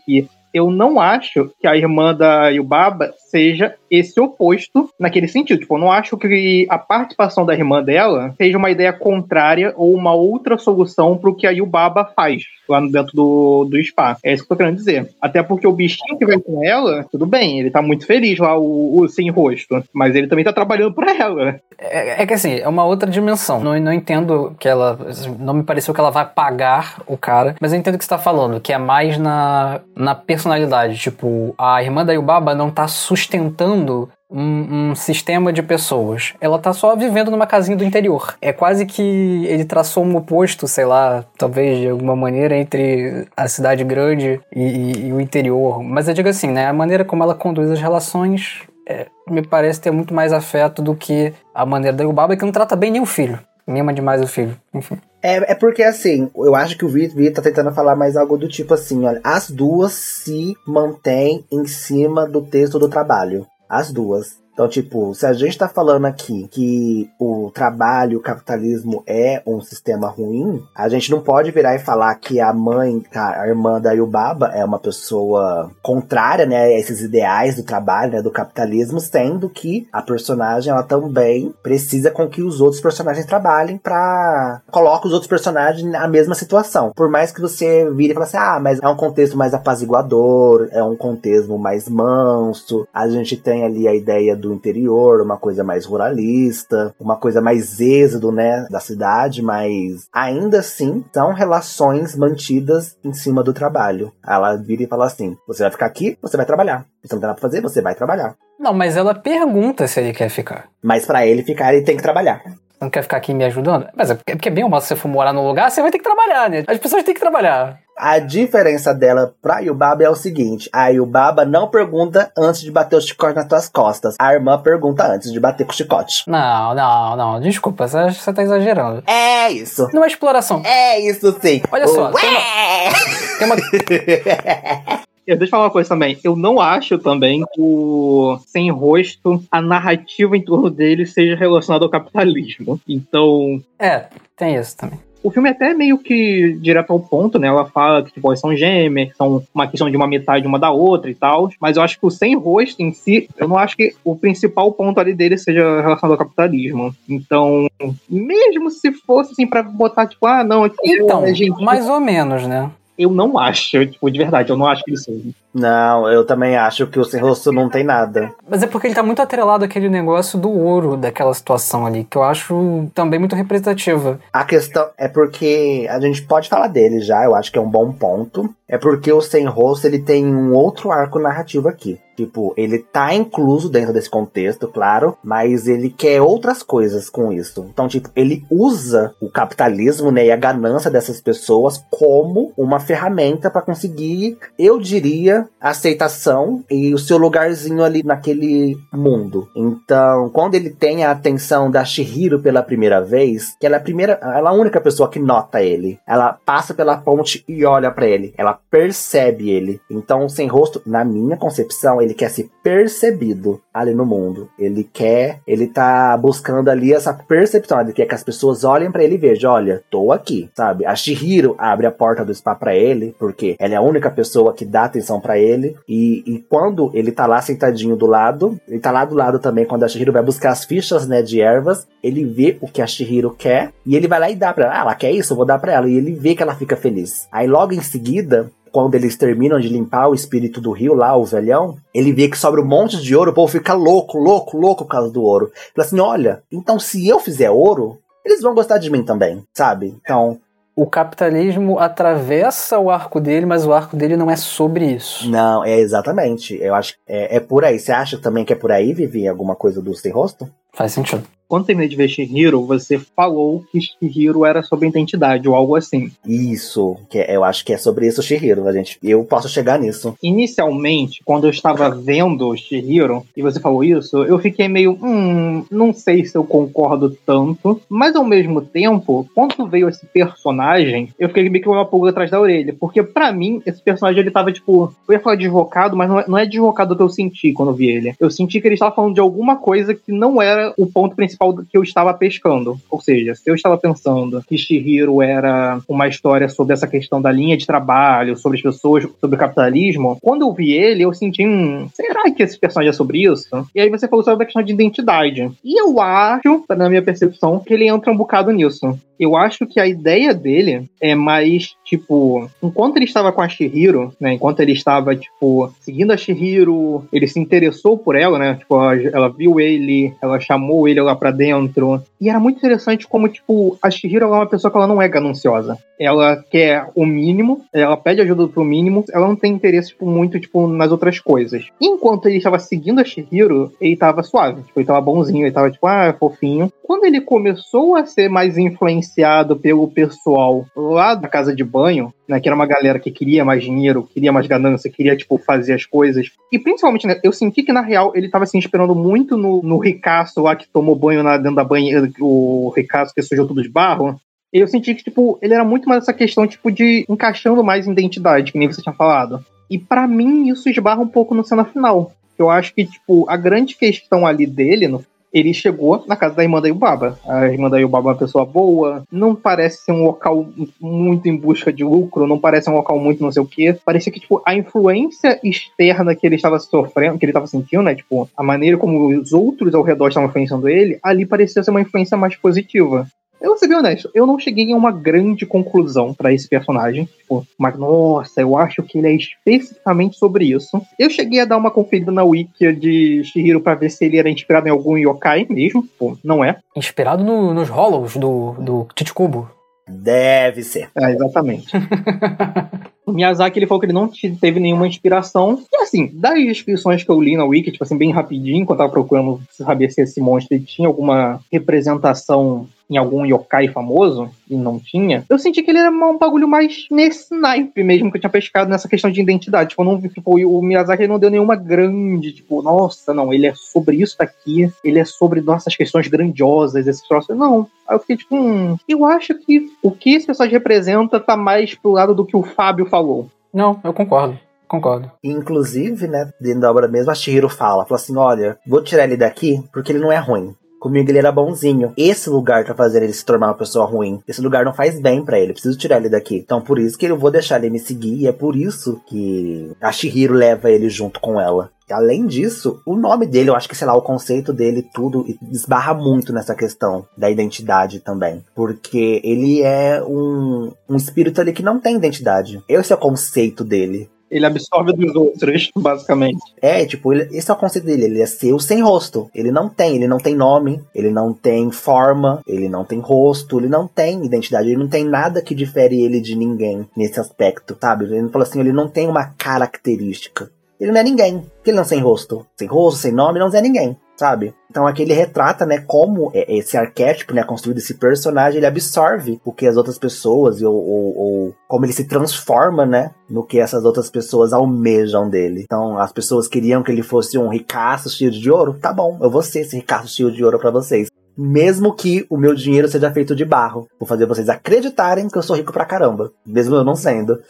[SPEAKER 3] eu não acho que a irmã da Yubaba seja esse oposto naquele sentido. Tipo, eu não acho que a participação da irmã dela seja uma ideia contrária ou uma outra solução pro que a Yubaba faz lá dentro do, do spa. É isso que eu tô querendo dizer. Até porque o bichinho que vai com ela, tudo bem, ele tá muito feliz lá, o, o sem rosto, mas ele também tá trabalhando pra ela.
[SPEAKER 1] É, é que assim, é uma outra dimensão. Não, não entendo que ela... Não me pareceu que ela vai pagar o cara, mas eu entendo o que você tá falando, que é mais na, na personalidade. Tipo, a irmã da Yubaba não tá sustentando Um, um sistema de pessoas. Ela tá só vivendo numa casinha do interior. É quase que ele traçou um oposto, sei lá, talvez de alguma maneira, entre a cidade grande e, e, e o interior. Mas eu digo assim, né? A maneira como ela conduz as relações é, me parece ter muito mais afeto do que a maneira da Yubaba, que não trata bem nem o filho. Mima demais o filho, enfim.
[SPEAKER 2] É, é porque, assim, eu acho que o Vitor tá tentando falar mais algo do tipo assim, olha, as duas se mantêm em cima do texto do trabalho. As duas. Então, tipo, se a gente tá falando aqui que o trabalho, o capitalismo é um sistema ruim, a gente não pode virar e falar que a mãe, a irmã da Yubaba é uma pessoa contrária, né, a esses ideais do trabalho, né, do capitalismo, sendo que a personagem, ela também precisa com que os outros personagens trabalhem pra... coloca os outros personagens na mesma situação. Por mais que você vire e fale assim, ah, mas é um contexto mais apaziguador, é um contexto mais manso, a gente tem ali a ideia do interior, uma coisa mais ruralista, uma coisa mais êxodo, né, da cidade, mas ainda assim são relações mantidas em cima do trabalho. Ela vira e fala assim, você vai ficar aqui, você vai trabalhar. Você não tem nada pra fazer, você vai trabalhar.
[SPEAKER 1] Não, mas ela pergunta se ele quer ficar.
[SPEAKER 2] Mas pra ele ficar, ele tem que trabalhar.
[SPEAKER 1] Não quer ficar aqui me ajudando? Mas é porque bem ou mal, se você for morar num lugar, você vai ter que trabalhar, né? As pessoas têm que trabalhar.
[SPEAKER 2] A diferença dela pra Yubaba é o seguinte, a Yubaba não pergunta antes de bater o chicote nas tuas costas. A irmã pergunta antes de bater com o chicote.
[SPEAKER 1] Não, não, não. Desculpa, você, você tá exagerando.
[SPEAKER 2] É isso.
[SPEAKER 1] Não é exploração.
[SPEAKER 2] É isso sim.
[SPEAKER 1] Olha só,
[SPEAKER 2] Ué!
[SPEAKER 1] tem uma... Tem uma...
[SPEAKER 3] Eu, deixa eu falar uma coisa também. Eu não acho também que o Sem Rosto, a narrativa em torno dele seja relacionada ao capitalismo. Então...
[SPEAKER 1] É, tem isso também.
[SPEAKER 3] O filme é até meio que direto ao ponto, né? Ela fala que tipo, elas são gêmeas, são uma questão de uma metade uma da outra e tal. Mas eu acho que o Sem Rosto em si, eu não acho que o principal ponto ali dele seja relacionado ao capitalismo. Então, mesmo se fosse assim pra botar, tipo, ah, não, aqui
[SPEAKER 1] então,
[SPEAKER 3] é gente...
[SPEAKER 1] mais ou menos, né?
[SPEAKER 3] Eu não acho, tipo, de verdade, eu não acho que ele seja.
[SPEAKER 2] Não, eu também acho que o Sem Rosto não tem nada.
[SPEAKER 1] Mas é porque ele tá muito atrelado àquele negócio do ouro, daquela situação ali, que eu acho também muito representativa.
[SPEAKER 2] A questão é porque a gente pode falar dele já, eu acho que é um bom ponto. É porque o Sem Rosto, ele tem um outro arco narrativo aqui. Tipo, ele tá incluso dentro desse contexto, claro, mas ele quer outras coisas com isso. Então, tipo, ele usa o capitalismo, né, e a ganância dessas pessoas como uma ferramenta pra conseguir, eu diria, aceitação e o seu lugarzinho ali naquele mundo. Então, quando ele tem a atenção da Chihiro pela primeira vez, que ela é a primeira, ela é a única pessoa que nota ele. Ela passa pela ponte e olha pra ele. Ela percebe ele. Então, o Sem Rosto, na minha concepção, ele quer ser percebido ali no mundo. Ele quer, ele tá buscando ali essa percepção. Ele quer que as pessoas olhem pra ele e vejam, olha, tô aqui, sabe? A Chihiro abre a porta do spa pra ele, porque ela é a única pessoa que dá atenção pra ele. E, e quando ele tá lá sentadinho do lado, ele tá lá do lado também, quando a Chihiro vai buscar as fichas, né, de ervas, ele vê o que a Chihiro quer, e ele vai lá e dá pra ela. Ah, ela quer isso? Eu vou dar pra ela. E ele vê que ela fica feliz. Aí logo em seguida, quando eles terminam de limpar o espírito do rio lá, o velhão, ele vê que sobra um monte de ouro, o povo fica louco, louco, louco por causa do ouro. Fala assim, olha, então se eu fizer ouro, eles vão gostar de mim também, sabe? Então...
[SPEAKER 1] O capitalismo atravessa o arco dele, mas o arco dele não é sobre isso.
[SPEAKER 2] Não, é exatamente. Eu acho que é, é por aí. Você acha também que é por aí, Vivi, alguma coisa do Sem Rosto?
[SPEAKER 1] Faz sentido.
[SPEAKER 3] Quando terminei de ver Chihiro, você falou que Chihiro era sobre identidade ou algo assim.
[SPEAKER 2] Isso, que é, eu acho que é sobre isso, Chihiro. A gente, eu posso chegar nisso.
[SPEAKER 3] Inicialmente, quando eu estava vendo Chihiro, e você falou isso, eu fiquei meio, hum, não sei se eu concordo tanto. Mas ao mesmo tempo, quando veio esse personagem, eu fiquei meio que uma pulga atrás da orelha. Porque pra mim, esse personagem, ele tava tipo, eu ia falar desvocado, mas não é, não é desvocado que eu senti quando eu vi ele. Eu senti que ele estava falando de alguma coisa que não era o ponto principal principal que eu estava pescando. Ou seja, se eu estava pensando que Chihiro era uma história sobre essa questão da linha de trabalho, sobre as pessoas, sobre o capitalismo, quando eu vi ele, eu senti um... Será que esse personagem é sobre isso? E aí você falou sobre a questão de identidade. E eu acho, na minha percepção, que ele entra um bocado nisso. Eu acho que a ideia dele é mais, tipo, enquanto ele estava com a Chihiro, né, enquanto ele estava, tipo, seguindo a Chihiro, ele se interessou por ela, né, tipo, ela, ela viu ele, ela chamou ele lá pra dentro, e era muito interessante como, tipo, a Chihiro ela é uma pessoa que ela não é gananciosa. Ela quer o mínimo, ela pede ajuda pro mínimo, ela não tem interesse, tipo, muito, tipo, nas outras coisas. E enquanto ele estava seguindo a Chihiro, ele estava suave, tipo, ele estava bonzinho, ele estava, tipo, ah, fofinho. Quando ele começou a ser mais influenciado pelo pessoal lá da casa de banho, né, que era uma galera que queria mais dinheiro, queria mais ganância, queria, tipo, fazer as coisas. E principalmente, né, eu senti que, na real, ele tava se inspirando muito no, no ricaço lá que tomou banho na, dentro da banheira, o ricaço que sujou tudo de barro. Eu senti que, tipo, ele era muito mais essa questão, tipo, de encaixando mais em identidade, que nem você tinha falado. E pra mim, isso esbarra um pouco no cena final. Eu acho que, tipo, a grande questão ali dele, no ele chegou na casa da irmã da Yubaba. A irmã da Yubaba é uma pessoa boa, não parece ser um local muito em busca de lucro, não parece um local muito não sei o quê. Parecia que, tipo, a influência externa que ele estava sofrendo, que ele estava sentindo, né, tipo, a maneira como os outros ao redor estavam influenciando ele, ali parecia ser uma influência mais positiva. Eu vou ser bem honesto, eu não cheguei a uma grande conclusão pra esse personagem. Tipo, mas nossa, eu acho que ele é especificamente sobre isso. Eu cheguei a dar uma conferida na wiki de Chihiro pra ver se ele era inspirado em algum yokai mesmo. Pô, não é.
[SPEAKER 1] Inspirado no, nos Hollows do, do Chichikubo.
[SPEAKER 2] Deve ser.
[SPEAKER 3] É, exatamente. O Miyazaki, ele falou que ele não teve nenhuma inspiração. E assim, das descrições que eu li na wiki, tipo assim, bem rapidinho, quando eu tava procurando saber se esse monstro tinha alguma representação em algum yokai famoso, e não tinha, eu senti que ele era um bagulho mais nesse naipe mesmo, que eu tinha pescado nessa questão de identidade. Tipo, eu não vi, tipo, o Miyazaki não deu nenhuma grande, tipo, nossa, não, ele é sobre isso daqui, ele é sobre nossas questões grandiosas, esses troços. Não. Aí eu fiquei tipo, hum, eu acho que o que esse personagem representa tá mais pro lado do que o Fábio falou.
[SPEAKER 1] Não, eu concordo. Concordo.
[SPEAKER 2] Inclusive, né, dentro da obra mesmo, a Chihiro fala, fala assim, olha, vou tirar ele daqui porque ele não é ruim. Comigo ele era bonzinho. Esse lugar tá fazendo ele se tornar uma pessoa ruim. Esse lugar não faz bem pra ele. Preciso tirar ele daqui. Então por isso que eu vou deixar ele me seguir. E é por isso que a Chihiro leva ele junto com ela. E além disso, o nome dele, eu acho que, sei lá, o conceito dele, tudo, esbarra muito nessa questão da identidade também. Porque ele é um, um espírito ali que não tem identidade. Esse é o conceito dele.
[SPEAKER 3] Ele absorve dos outros, basicamente.
[SPEAKER 2] É, tipo, ele, esse é o conceito dele. Ele é seu sem rosto. Ele não tem, ele não tem nome, ele não tem forma, ele não tem rosto, ele não tem identidade, ele não tem nada que difere ele de ninguém nesse aspecto, sabe? Ele falou assim, ele não tem uma característica. Ele não é ninguém, porque ele não é sem rosto. Sem rosto, sem nome, não é ninguém, sabe? Então aqui ele retrata, né, como esse arquétipo, né, construído, esse personagem, ele absorve o que as outras pessoas, ou, ou, ou como ele se transforma, né, no que essas outras pessoas almejam dele. Então as pessoas queriam que ele fosse um ricaço cheio de ouro, tá bom, eu vou ser esse ricaço cheio de ouro pra vocês. Mesmo que o meu dinheiro seja feito de barro. Vou fazer vocês acreditarem que eu sou rico pra caramba, mesmo eu não sendo.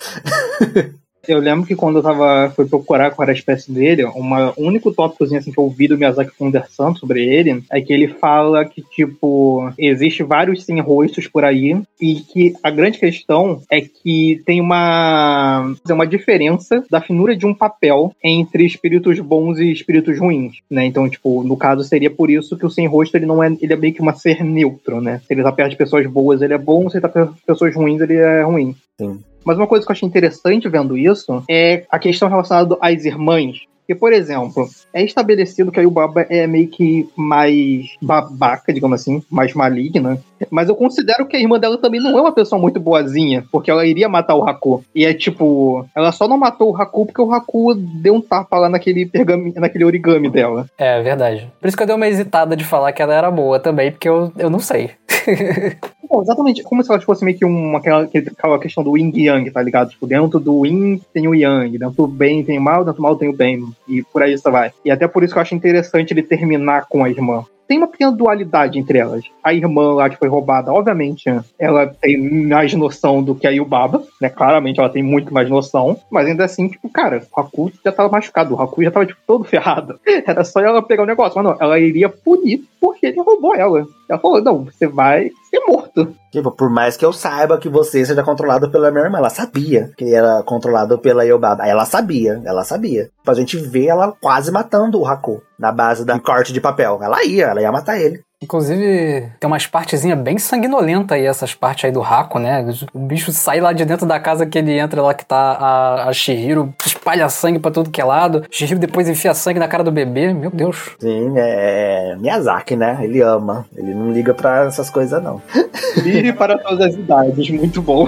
[SPEAKER 3] Eu lembro que quando eu tava, fui procurar qual era a espécie dele, uma, o único tópicozinho assim, que eu ouvi do Miyazaki conversando sobre ele é que ele fala que, tipo, existe vários sem rostos por aí e que a grande questão é que tem uma, uma diferença da finura de um papel entre espíritos bons e espíritos ruins, né? Então, tipo, no caso seria por isso que o sem rosto ele não é, ele é meio que uma ser neutro, né? Se ele tá perto de pessoas boas, ele é bom, se ele tá perto de pessoas ruins, ele é ruim.
[SPEAKER 2] Sim.
[SPEAKER 3] Mas uma coisa que eu achei interessante vendo isso é a questão relacionada às irmãs. Porque, por exemplo, é estabelecido que a Yubaba é meio que mais babaca, digamos assim, mais maligna. Mas eu considero que a irmã dela também não é uma pessoa muito boazinha, porque ela iria matar o Haku. E é tipo, ela só não matou o Haku porque o Haku deu um tapa lá naquele, pergami, naquele origami dela.
[SPEAKER 1] É, verdade. Por isso que eu dei uma hesitada de falar que ela era boa também, porque eu, eu não sei.
[SPEAKER 3] Bom, exatamente, como se ela fosse meio que uma, aquela, aquela questão do yin e yang, tá ligado? Tipo, dentro do yin tem o yang, dentro do bem tem o mal, dentro do mal tem o bem, e por aí isso vai. E até por isso que eu acho interessante ele terminar com a irmã. tem uma pequena dualidade entre elas. A irmã lá que foi roubada, obviamente, ela tem mais noção do que a Yubaba, né? Claramente ela tem muito mais noção, mas ainda assim, tipo, cara, o Haku já tava machucado, o Haku já tava, tipo, todo ferrado. Era só ela pegar o negócio, mas não, ela iria punir porque ele roubou ela. Ela falou, não, você vai ser morto.
[SPEAKER 2] Tipo, por mais que eu saiba que você seja controlado pela minha irmã, ela sabia que ele era controlado pela Yubaba. Ela sabia, ela sabia. A gente vê ela quase matando o Haku na base da corte de papel. Ela ia, ela ia matar ele.
[SPEAKER 1] Inclusive, tem umas partezinhas bem sanguinolentas aí, essas partes aí do Haku, né? O bicho sai lá de dentro da casa que ele entra lá, que tá a, a Chihiro, espalha sangue pra tudo que é lado. Chihiro depois enfia sangue na cara do bebê, meu Deus.
[SPEAKER 2] Sim, é Miyazaki, né? Ele ama. Ele não liga pra essas coisas, não.
[SPEAKER 3] Vive para todas as idades, muito bom.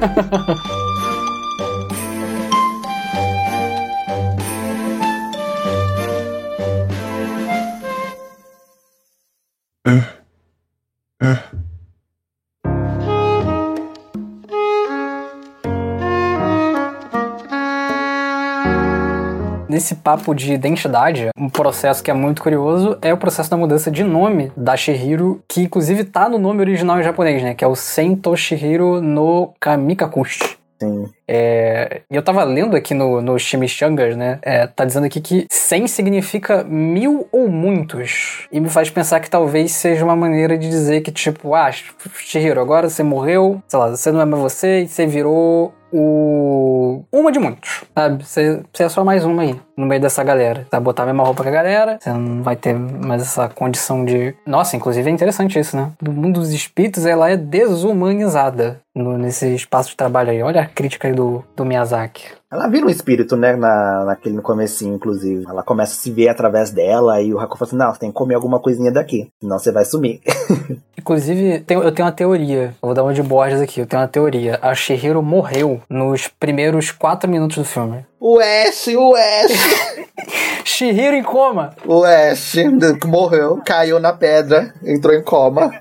[SPEAKER 1] Nesse papo de identidade, um processo que é muito curioso é o processo da mudança de nome da Chihiro, que inclusive tá no nome original em japonês, né? Que é o Sento Chihiro no Kamikakushi.
[SPEAKER 2] Sim.
[SPEAKER 1] É, eu tava lendo aqui no, no Chimichangas, né? É, tá dizendo aqui que cem significa mil ou muitos. E me faz pensar que talvez seja uma maneira de dizer que, tipo, ah, Chihiro, agora você morreu, sei lá, você não é mais você e você virou o... uma de muitos, sabe? Você, você é só mais uma aí, no meio dessa galera. Você vai botar a mesma roupa que a galera, você não vai ter mais essa condição de... Nossa, inclusive é interessante isso, né? Do mundo dos espíritos, ela é desumanizada no, nesse espaço de trabalho aí. Olha a crítica aí do, do Miyazaki.
[SPEAKER 2] Ela vira um espírito, né, na, naquele no comecinho, inclusive. Ela começa a se ver através dela e o Haku fala assim, não, você tem que comer alguma coisinha daqui, senão você vai sumir.
[SPEAKER 1] Inclusive, tem, eu tenho uma teoria. Eu vou dar uma de Borges aqui. Eu tenho uma teoria. A Chihiro morreu nos primeiros quatro minutos do filme.
[SPEAKER 2] O Ash, o Ash!
[SPEAKER 1] Chihiro em coma!
[SPEAKER 2] O Ash morreu, caiu na pedra, entrou em coma.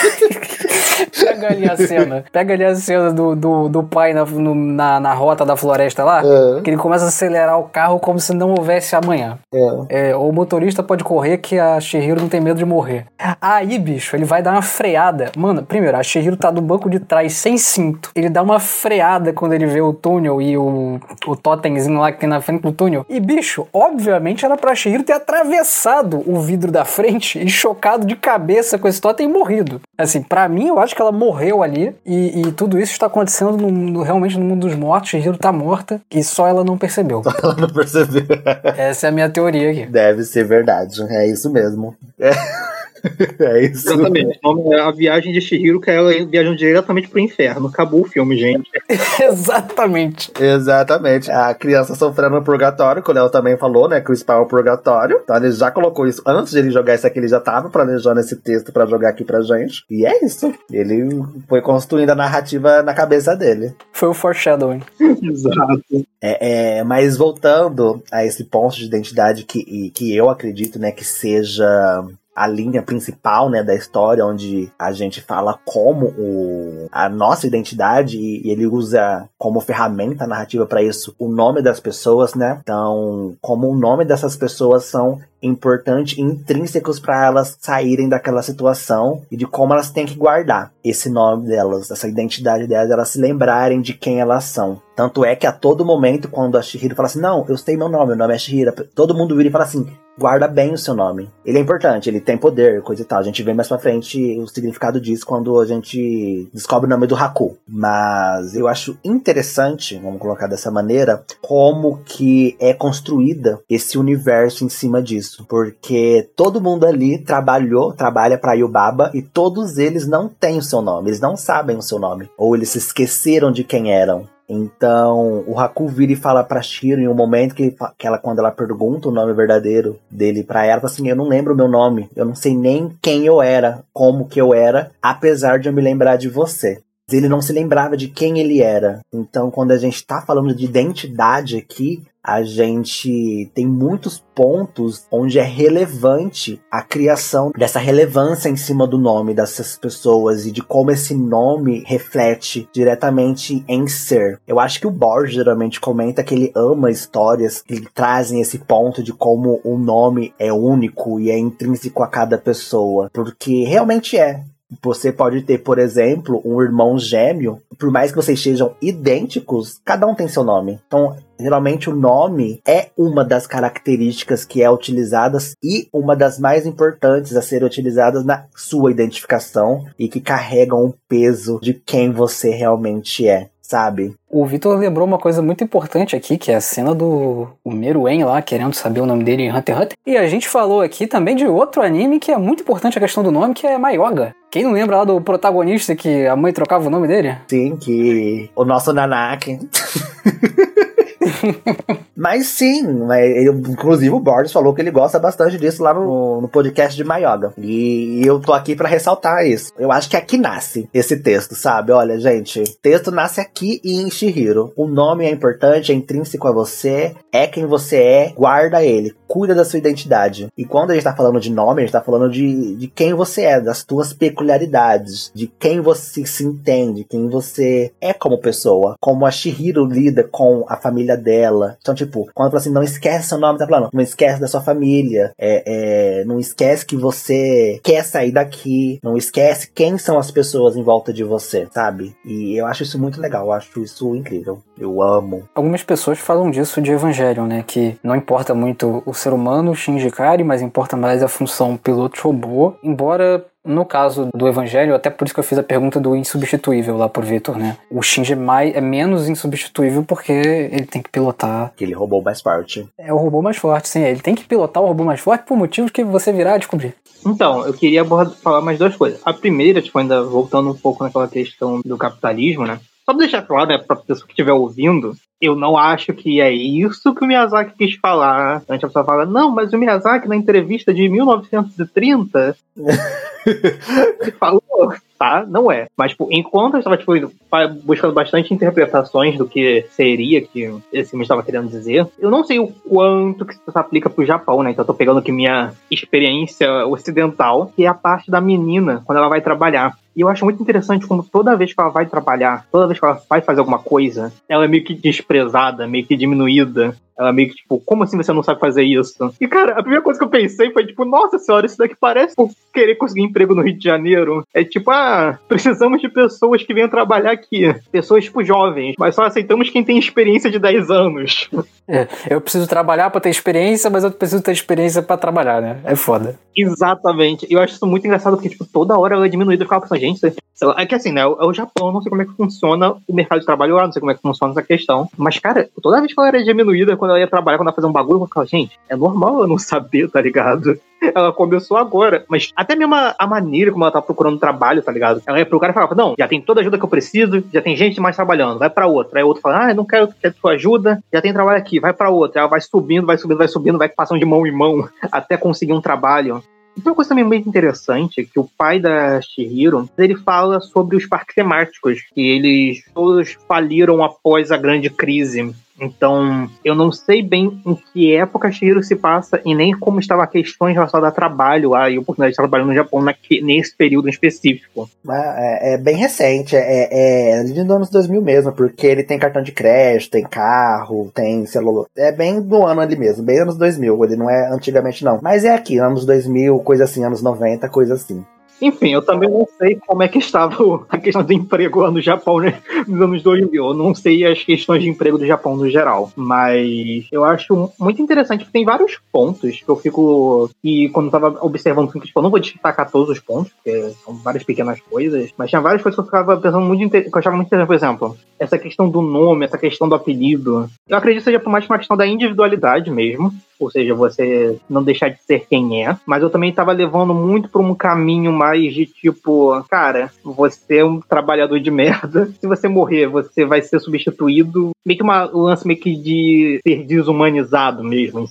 [SPEAKER 1] Pega ali a cena. Pega ali a cena do, do, do pai na, no, na, na rota da floresta lá. É. Que ele começa a acelerar o carro como se não houvesse amanhã. É. É, o motorista pode correr que a Chihiro não tem medo de morrer. Aí, bicho, ele vai dar uma freada. Mano, primeiro, a Chihiro tá do banco de trás sem cinto. Ele dá uma freada quando ele vê o túnel e o, o totemzinho lá que tem na frente do túnel. E, bicho, obviamente era pra Chihiro ter atravessado o vidro da frente e chocado de cabeça com esse totem e morrido. Assim, pra mim, eu acho que ela morreu ali e, e tudo isso está acontecendo no, no, realmente no mundo dos mortos. Chihiro tá morta e só ela não percebeu.
[SPEAKER 2] Só ela não percebeu.
[SPEAKER 1] Essa é a minha teoria aqui.
[SPEAKER 2] Deve ser verdade, é isso mesmo. É. É isso.
[SPEAKER 3] Exatamente. A viagem de Chihiro, que é ela viajando diretamente pro inferno. Acabou o filme, gente.
[SPEAKER 1] Exatamente.
[SPEAKER 2] Exatamente. A criança sofrendo no purgatório, que o Léo também falou, né? Que o spa é o purgatório. Então ele já colocou isso. Antes de ele jogar isso aqui, ele já tava planejando esse texto pra jogar aqui pra gente. E é isso. Ele foi construindo a narrativa na cabeça dele.
[SPEAKER 1] Foi o foreshadowing.
[SPEAKER 3] Exato.
[SPEAKER 2] É, é, mas voltando a esse ponto de identidade que, que eu acredito, né, que seja a linha principal, né, da história, onde a gente fala como o, a nossa identidade, e, e ele usa como ferramenta narrativa para isso o nome das pessoas, né? Então, como o nome dessas pessoas são importantes e intrínsecos para elas saírem daquela situação e de como elas têm que guardar esse nome delas, essa identidade delas, elas se lembrarem de quem elas são. Tanto é que a todo momento, quando a Chihiro fala assim, não, eu sei meu nome, meu nome é Chihiro, todo mundo vira e fala assim, guarda bem o seu nome. Ele é importante, ele tem poder, coisa e tal. A gente vê mais pra frente o significado disso quando a gente descobre o nome do Haku. Mas eu acho interessante, vamos colocar dessa maneira, como que é construída esse universo em cima disso. Porque todo mundo ali trabalhou, trabalha pra Yubaba, e todos eles não têm o seu nome, eles não sabem o seu nome. Ou eles se esqueceram de quem eram. Então, o Haku vira e fala pra Chihiro em um momento que, que ela, quando ela pergunta o nome verdadeiro dele pra ela, fala assim, eu não lembro o meu nome, eu não sei nem quem eu era, como que eu era, apesar de eu me lembrar de você. ele não se lembrava de quem ele era. Então, quando a gente tá falando de identidade aqui, a gente tem muitos pontos onde é relevante a criação dessa relevância em cima do nome dessas pessoas e de como esse nome reflete diretamente em ser. Eu acho que o Borges geralmente comenta que ele ama histórias que trazem esse ponto de como o nome é único e é intrínseco a cada pessoa, porque realmente é. Você pode ter, por exemplo, um irmão gêmeo, por mais que vocês sejam idênticos, cada um tem seu nome. Então, geralmente o nome é uma das características que é utilizadas e uma das mais importantes a serem utilizadas na sua identificação e que carregam o peso de quem você realmente é, sabe?
[SPEAKER 1] O Vitor lembrou uma coisa muito importante aqui, que é a cena do o Meruem lá, querendo saber o nome dele em Hunter x Hunter. E a gente falou aqui também de outro anime que é muito importante a questão do nome, que é Mayoga. Quem não lembra lá do protagonista que a mãe trocava o nome dele?
[SPEAKER 2] Sim, que o nosso Nanaki... Mas sim, ele, inclusive o Borges falou que ele gosta bastante disso lá no, no podcast de Mayoga. E eu tô aqui pra ressaltar isso. Eu acho que aqui nasce esse texto, sabe? Olha, gente, o texto nasce aqui e em Chihiro. O nome é importante, é intrínseco a você, é quem você é, guarda ele, cuida da sua identidade. E quando a gente tá falando de nome, a gente tá falando de, de quem você é, das tuas peculiaridades, de quem você se entende, quem você é como pessoa, como a Chihiro lida com a família dela. Então, tipo, quando fala assim, não esquece seu nome, tá falando, não esquece da sua família, é, é, não esquece que você quer sair daqui, não esquece quem são as pessoas em volta de você, sabe? E eu acho isso muito legal, eu acho isso incrível, eu amo.
[SPEAKER 1] Algumas pessoas falam disso de Evangelion, né, que não importa muito o ser humano, Shinji Ikari, mas importa mais a função piloto-robô, embora... No caso do Evangelho, até por isso que eu fiz a pergunta do insubstituível lá por Vitor, né? O Shinji é, mais, é menos insubstituível porque ele tem que pilotar...
[SPEAKER 2] Aquele robô mais forte.
[SPEAKER 1] É o robô mais forte, sim. Ele tem que pilotar o robô mais forte por motivos que você virá a descobrir.
[SPEAKER 3] Então, eu queria falar mais duas coisas. A primeira, tipo, ainda voltando um pouco naquela questão do capitalismo, né? Só pra deixar claro, né, pra pessoa que estiver ouvindo, eu não acho que é isso que o Miyazaki quis falar. A gente a pessoa fala, não, mas o Miyazaki na entrevista de mil novecentos e trinta... ele falou, tá? Não é. Mas, tipo, enquanto eu estava tipo, buscando bastante interpretações do que seria que esse me estava querendo dizer, eu não sei o quanto que isso se aplica pro Japão, né? Então eu tô pegando aqui minha experiência ocidental, que é a parte da menina quando ela vai trabalhar. E eu acho muito interessante como toda vez que ela vai trabalhar, toda vez que ela vai fazer alguma coisa, ela é meio que desprezada, meio que diminuída. Ela meio que, tipo, como assim você não sabe fazer isso? E, cara, a primeira coisa que eu pensei foi, tipo, nossa senhora, isso daqui parece tipo, querer conseguir emprego no Rio de Janeiro. É tipo, ah, precisamos de pessoas que venham trabalhar aqui. Pessoas, tipo, jovens, mas só aceitamos quem tem experiência de dez anos.
[SPEAKER 1] É, eu preciso trabalhar pra ter experiência, mas eu preciso ter experiência pra trabalhar, né? É foda.
[SPEAKER 3] Exatamente. Eu acho isso muito engraçado, porque, tipo, toda hora ela é diminuída. Eu ficava pensando, gente, é que assim, né, é o Japão, eu não sei como é que funciona o mercado de trabalho lá, não sei como é que funciona essa questão. Mas, cara, toda vez que ela era diminuída, quando ela ia trabalhar, quando ela ia fazer um bagulho, eu ficava, gente, é normal ela não saber, tá ligado? Ela começou agora, mas até mesmo a, a maneira como ela tá procurando trabalho, tá ligado? Ela ia pro cara e falava, não, já tem toda a ajuda que eu preciso, já tem gente mais trabalhando, vai pra outra. Aí o outro fala, ah, eu não quero que a tua ajuda, já tem trabalho aqui, vai pra outra. Ela vai subindo, vai subindo, vai subindo, vai passando de mão em mão até conseguir um trabalho. E tem uma coisa também muito interessante, que o pai da Chihiro, ele fala sobre os parques temáticos, que eles todos faliram após a grande crise. Então, eu não sei bem em que época a Chihiro se passa e nem como estava a questão relacionada a trabalho lá e a oportunidade de trabalhar no Japão naque, nesse período em específico.
[SPEAKER 2] É, é bem recente, é, é de anos dois mil mesmo, porque ele tem cartão de crédito, tem carro, tem celular. É bem do ano ali mesmo, bem anos dois mil, ele não é antigamente não. Mas é aqui, anos dois mil, coisa assim, anos noventa, coisa assim.
[SPEAKER 3] Enfim, eu também não sei como é que estava a questão do emprego lá no Japão, né, nos anos dois mil. Eu não sei as questões de emprego do Japão no geral. Mas eu acho muito interessante que tem vários pontos que eu fico... E quando eu tava observando o filme, tipo, eu não vou destacar todos os pontos, porque são várias pequenas coisas, mas tinha várias coisas que eu ficava pensando muito... Inter... que eu achava muito interessante. Por exemplo, essa questão do nome, essa questão do apelido. Eu acredito que seja por mais uma questão da individualidade mesmo. Ou seja, você não deixar de ser quem é. Mas eu também tava levando muito pra um caminho mais de tipo, cara, você é um trabalhador de merda. Se você morrer, você vai ser substituído. Meio que uma lance meio que de ser desumanizado mesmo em si.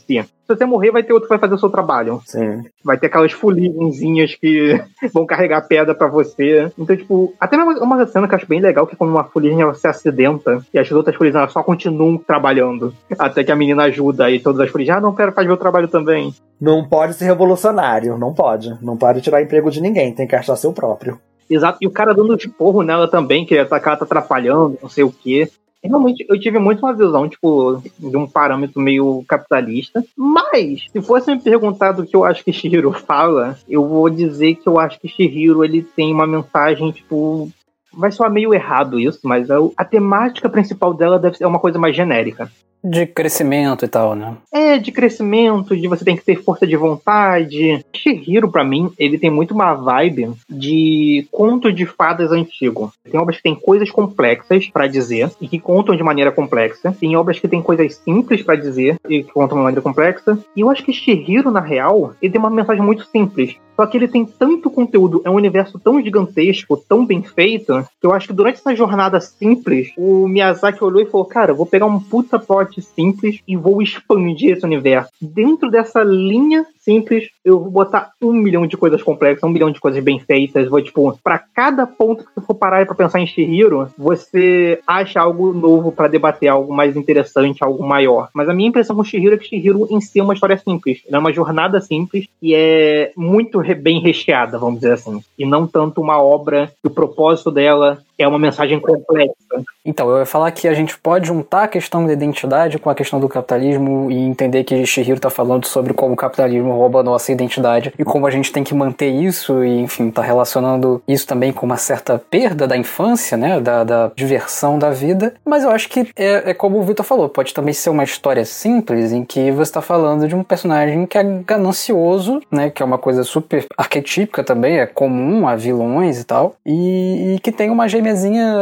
[SPEAKER 3] se você morrer, vai ter outro que vai fazer o seu trabalho.
[SPEAKER 2] Sim.
[SPEAKER 3] Vai ter aquelas fuligenzinhas que vão carregar pedra pra você. Então, tipo, até uma, uma cena que eu acho bem legal, que quando uma fuligem se acidenta e as outras fuligens elas só continuam trabalhando. Até que a menina ajuda e todas as fuligens, ah, não, pera, faz meu trabalho também.
[SPEAKER 2] Não pode ser revolucionário, não pode. Não pode tirar emprego de ninguém, tem que achar seu próprio.
[SPEAKER 3] Exato, e o cara dando esporro nela também, que ela tá atrapalhando, não sei o quê. Realmente, eu tive muito uma visão, tipo, de um parâmetro meio capitalista. Mas, se fosse me perguntar do que eu acho que Chihiro fala, eu vou dizer que eu acho que Chihiro, ele tem uma mensagem, tipo... Vai soar meio errado isso, mas a, a temática principal dela deve ser uma coisa mais genérica.
[SPEAKER 1] De crescimento e tal, né?
[SPEAKER 3] É, de crescimento, de você tem que ter força de vontade. Chihiro, pra mim, ele tem muito uma vibe de conto de fadas antigo. Tem obras que tem coisas complexas pra dizer e que contam de maneira complexa. Tem obras que tem coisas simples pra dizer e que contam de maneira complexa. E eu acho que Chihiro, na real, ele tem uma mensagem muito simples. Só que ele tem tanto conteúdo, é um universo tão gigantesco, tão bem feito, que eu acho que durante essa jornada simples, o Miyazaki olhou e falou, cara, eu vou pegar um puta plot simples e vou expandir esse universo. Dentro dessa linha simples, eu vou botar um milhão de coisas complexas, um milhão de coisas bem feitas. Vou, tipo, pra cada ponto que você for parar pra pensar em Chihiro, você acha algo novo pra debater, algo mais interessante, algo maior. Mas a minha impressão com Chihiro é que Chihiro em si é uma história simples. Ela é uma jornada simples e é muito bem recheada, vamos dizer assim. E não tanto uma obra que o propósito dela é uma mensagem complexa.
[SPEAKER 1] Então, eu ia falar que a gente pode juntar a questão da identidade com a questão do capitalismo e entender que Chihiro está falando sobre como o capitalismo rouba a nossa identidade e como a gente tem que manter isso e, enfim, tá relacionando isso também com uma certa perda da infância, né, da, da diversão da vida. Mas eu acho que é, é como o Vitor falou, pode também ser uma história simples em que você está falando de um personagem que é ganancioso, né, que é uma coisa super arquetípica também, é comum a vilões e tal, e, e que tem uma gêmeazinha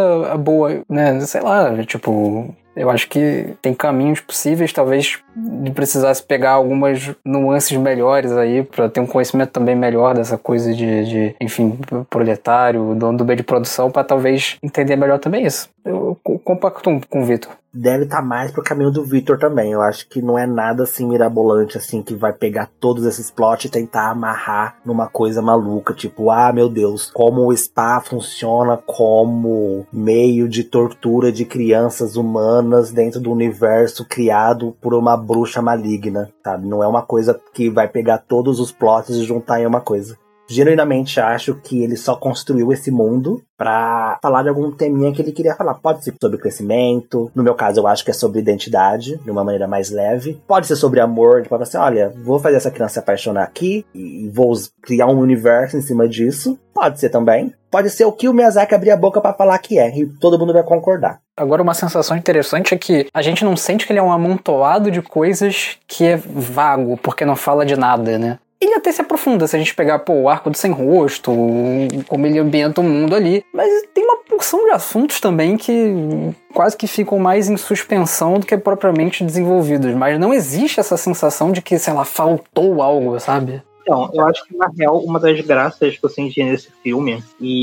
[SPEAKER 1] boa, né, sei lá, tipo... Eu acho que tem caminhos possíveis, talvez de precisasse pegar algumas nuances melhores aí para ter um conhecimento também melhor dessa coisa de, de enfim, proletário, dono do meio de produção, para talvez entender melhor também isso. Eu compacto com o Vitor.
[SPEAKER 2] Deve estar mais pro caminho do Vitor também. Eu acho que não é nada assim mirabolante, assim, que vai pegar todos esses plots e tentar amarrar numa coisa maluca, tipo, ah, meu Deus, como o spa funciona como meio de tortura de crianças humanas dentro do universo criado por uma bruxa maligna, sabe? Não é uma coisa que vai pegar todos os plots e juntar em uma coisa. Genuinamente acho que ele só construiu esse mundo pra falar de algum teminha que ele queria falar. Pode ser sobre crescimento, no meu caso eu acho que é sobre identidade, de uma maneira mais leve. Pode ser sobre amor, tipo assim, olha, vou fazer essa criança se apaixonar aqui e vou criar um universo em cima disso. Pode ser também. Pode ser o que o Miyazaki abrir a boca pra falar que é, e todo mundo vai concordar.
[SPEAKER 1] Agora, uma sensação interessante é que a gente não sente que ele é um amontoado de coisas que é vago, porque não fala de nada, né? Ele até se aprofunda se a gente pegar, pô, o arco do sem rosto, como ele ambienta o mundo ali. Mas tem uma porção de assuntos também que quase que ficam mais em suspensão do que propriamente desenvolvidos. Mas não existe essa sensação de que, sei lá, faltou algo, sabe?
[SPEAKER 3] Então, eu acho que, na real, uma das graças que eu senti nesse filme,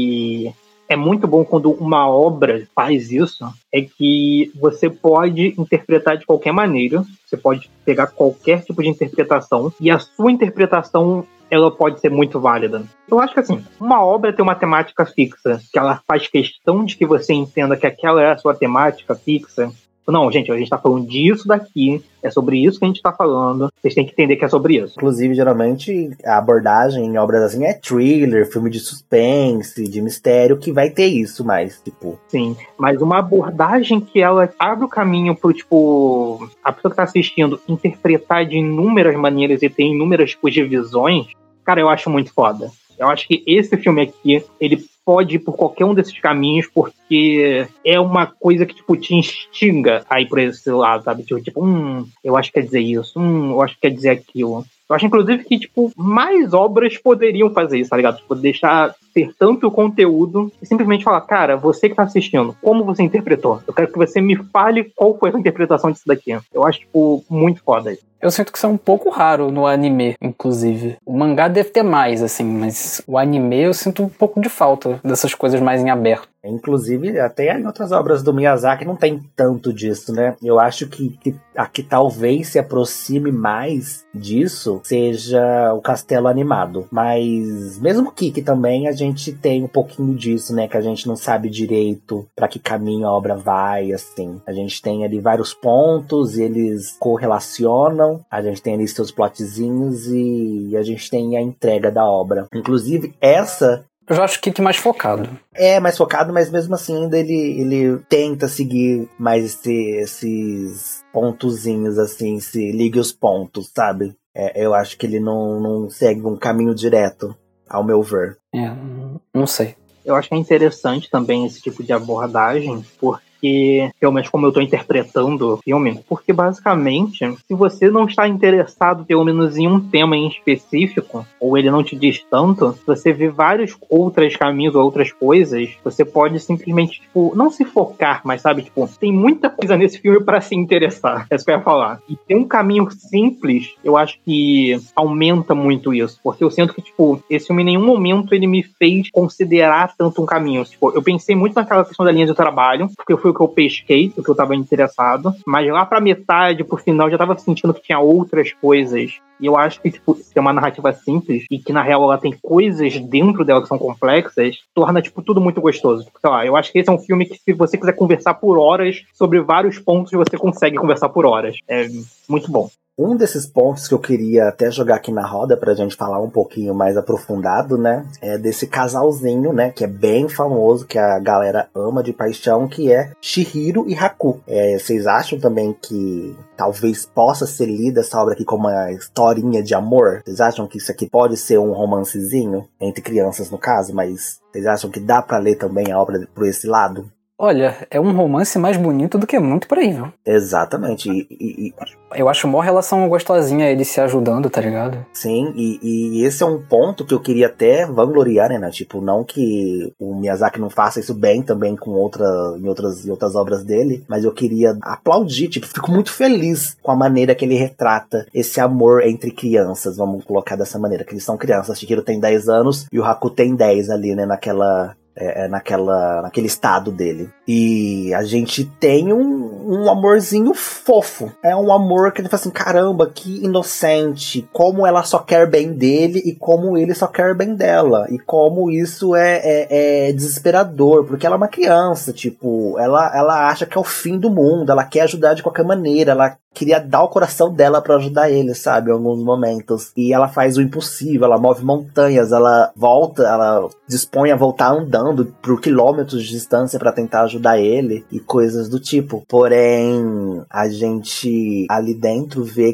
[SPEAKER 3] e é muito bom quando uma obra faz isso, é que você pode interpretar de qualquer maneira, você pode pegar qualquer tipo de interpretação, e a sua interpretação, ela pode ser muito válida. Eu acho que, assim, uma obra tem uma temática fixa, que ela faz questão de que você entenda que aquela é a sua temática fixa. Não, gente, a gente tá falando disso daqui, é sobre isso que a gente tá falando, vocês têm que entender que é sobre isso.
[SPEAKER 2] Inclusive, geralmente, a abordagem em obras assim é thriller, filme de suspense, de mistério, que vai ter isso mais, tipo...
[SPEAKER 3] Sim, mas uma abordagem que ela abre o caminho pro, tipo, a pessoa que tá assistindo interpretar de inúmeras maneiras e ter inúmeras tipos de visões, cara, eu acho muito foda. Eu acho que esse filme aqui, ele pode ir por qualquer um desses caminhos, porque é uma coisa que, tipo, te instiga a ir por esse lado, sabe? Tipo, tipo, hum, eu acho que quer dizer isso, hum, eu acho que quer dizer aquilo. Eu acho, inclusive, que, tipo, mais obras poderiam fazer isso, tá ligado? Tipo, deixar ter tanto conteúdo e simplesmente falar, cara, você que tá assistindo, como você interpretou? Eu quero que você me fale qual foi a sua interpretação disso daqui. Eu acho, tipo, muito foda isso.
[SPEAKER 1] Eu sinto que isso é um pouco raro no anime, inclusive. O mangá deve ter mais, assim, mas o anime eu sinto um pouco de falta dessas coisas mais em aberto.
[SPEAKER 2] Inclusive, até em outras obras do Miyazaki não tem tanto disso, né? Eu acho que, que a que talvez se aproxime mais disso seja o Castelo Animado. Mas mesmo que, que também a gente tem um pouquinho disso, né? Que a gente não sabe direito pra que caminho a obra vai, assim. A gente tem ali vários pontos e eles correlacionam. A gente tem ali seus plotzinhos e a gente tem a entrega da obra. Inclusive, essa...
[SPEAKER 1] Eu já acho que mais focado.
[SPEAKER 2] É, mais focado, mas mesmo assim ainda ele, ele tenta seguir mais esse, esses pontozinhos, assim, se ligue os pontos, sabe? É, eu acho que ele não, não segue um caminho direto, ao meu ver.
[SPEAKER 1] É, não sei.
[SPEAKER 3] Eu acho que é interessante também esse tipo de abordagem, porque realmente como eu estou interpretando o filme, porque basicamente, se você não está interessado pelo menos em um tema em específico, ou ele não te diz tanto, se você vê vários outros caminhos ou outras coisas, você pode simplesmente, tipo, não se focar, mas sabe, tipo, tem muita coisa nesse filme para se interessar, é isso que eu ia falar. E tem um caminho simples, eu acho que aumenta muito isso, porque eu sinto que, tipo, esse filme em nenhum momento ele me fez considerar tanto um caminho. Tipo, eu pensei muito naquela questão da linha de trabalho, porque foi o que eu pesquei, o que eu tava interessado, mas lá pra metade, pro final, eu já tava sentindo que tinha outras coisas. E eu acho que, tipo, ser uma narrativa simples e que, na real, ela tem coisas dentro dela que são complexas, torna, tipo, tudo muito gostoso. Tipo, sei lá, eu acho que esse é um filme que, se você quiser conversar por horas sobre vários pontos, você consegue conversar por horas. É muito bom.
[SPEAKER 2] Um desses pontos que eu queria até jogar aqui na roda pra gente falar um pouquinho mais aprofundado, né, é desse casalzinho, né, que é bem famoso, que a galera ama de paixão, que é Chihiro e Haku. É, vocês acham também que talvez possa ser lida essa obra aqui como uma historinha de amor? Vocês acham que isso aqui pode ser um romancezinho, entre crianças no caso, mas vocês acham que dá pra ler também a obra por esse lado?
[SPEAKER 1] Olha, é um romance mais bonito do que muito por aí, viu?
[SPEAKER 2] Exatamente. E, e, e...
[SPEAKER 1] Eu acho uma relação gostosinha eles se ajudando, tá ligado?
[SPEAKER 2] Sim, e, e esse é um ponto que eu queria até vangloriar, né? Tipo, não que o Miyazaki não faça isso bem também com outra, em, outras, em outras obras dele, mas eu queria aplaudir, tipo, fico muito feliz com a maneira que ele retrata esse amor entre crianças, vamos colocar dessa maneira, que eles são crianças. Chihiro tem dez anos e o Haku tem dez ali, né? Naquela... É, naquela, naquele estado dele. E a gente tem um, um amorzinho fofo. É um amor que ele fala assim, caramba, que inocente. Como ela só quer bem dele e como ele só quer bem dela. E como isso é, é, é desesperador. Porque ela é uma criança, tipo, ela, ela acha que é o fim do mundo. Ela quer ajudar de qualquer maneira. Ela queria dar o coração dela pra ajudar ele, sabe? Em alguns momentos. E ela faz o impossível. Ela move montanhas. Ela volta, ela dispõe a voltar andando por quilômetros de distância para tentar ajudar ele e coisas do tipo. Porém, a gente ali dentro vê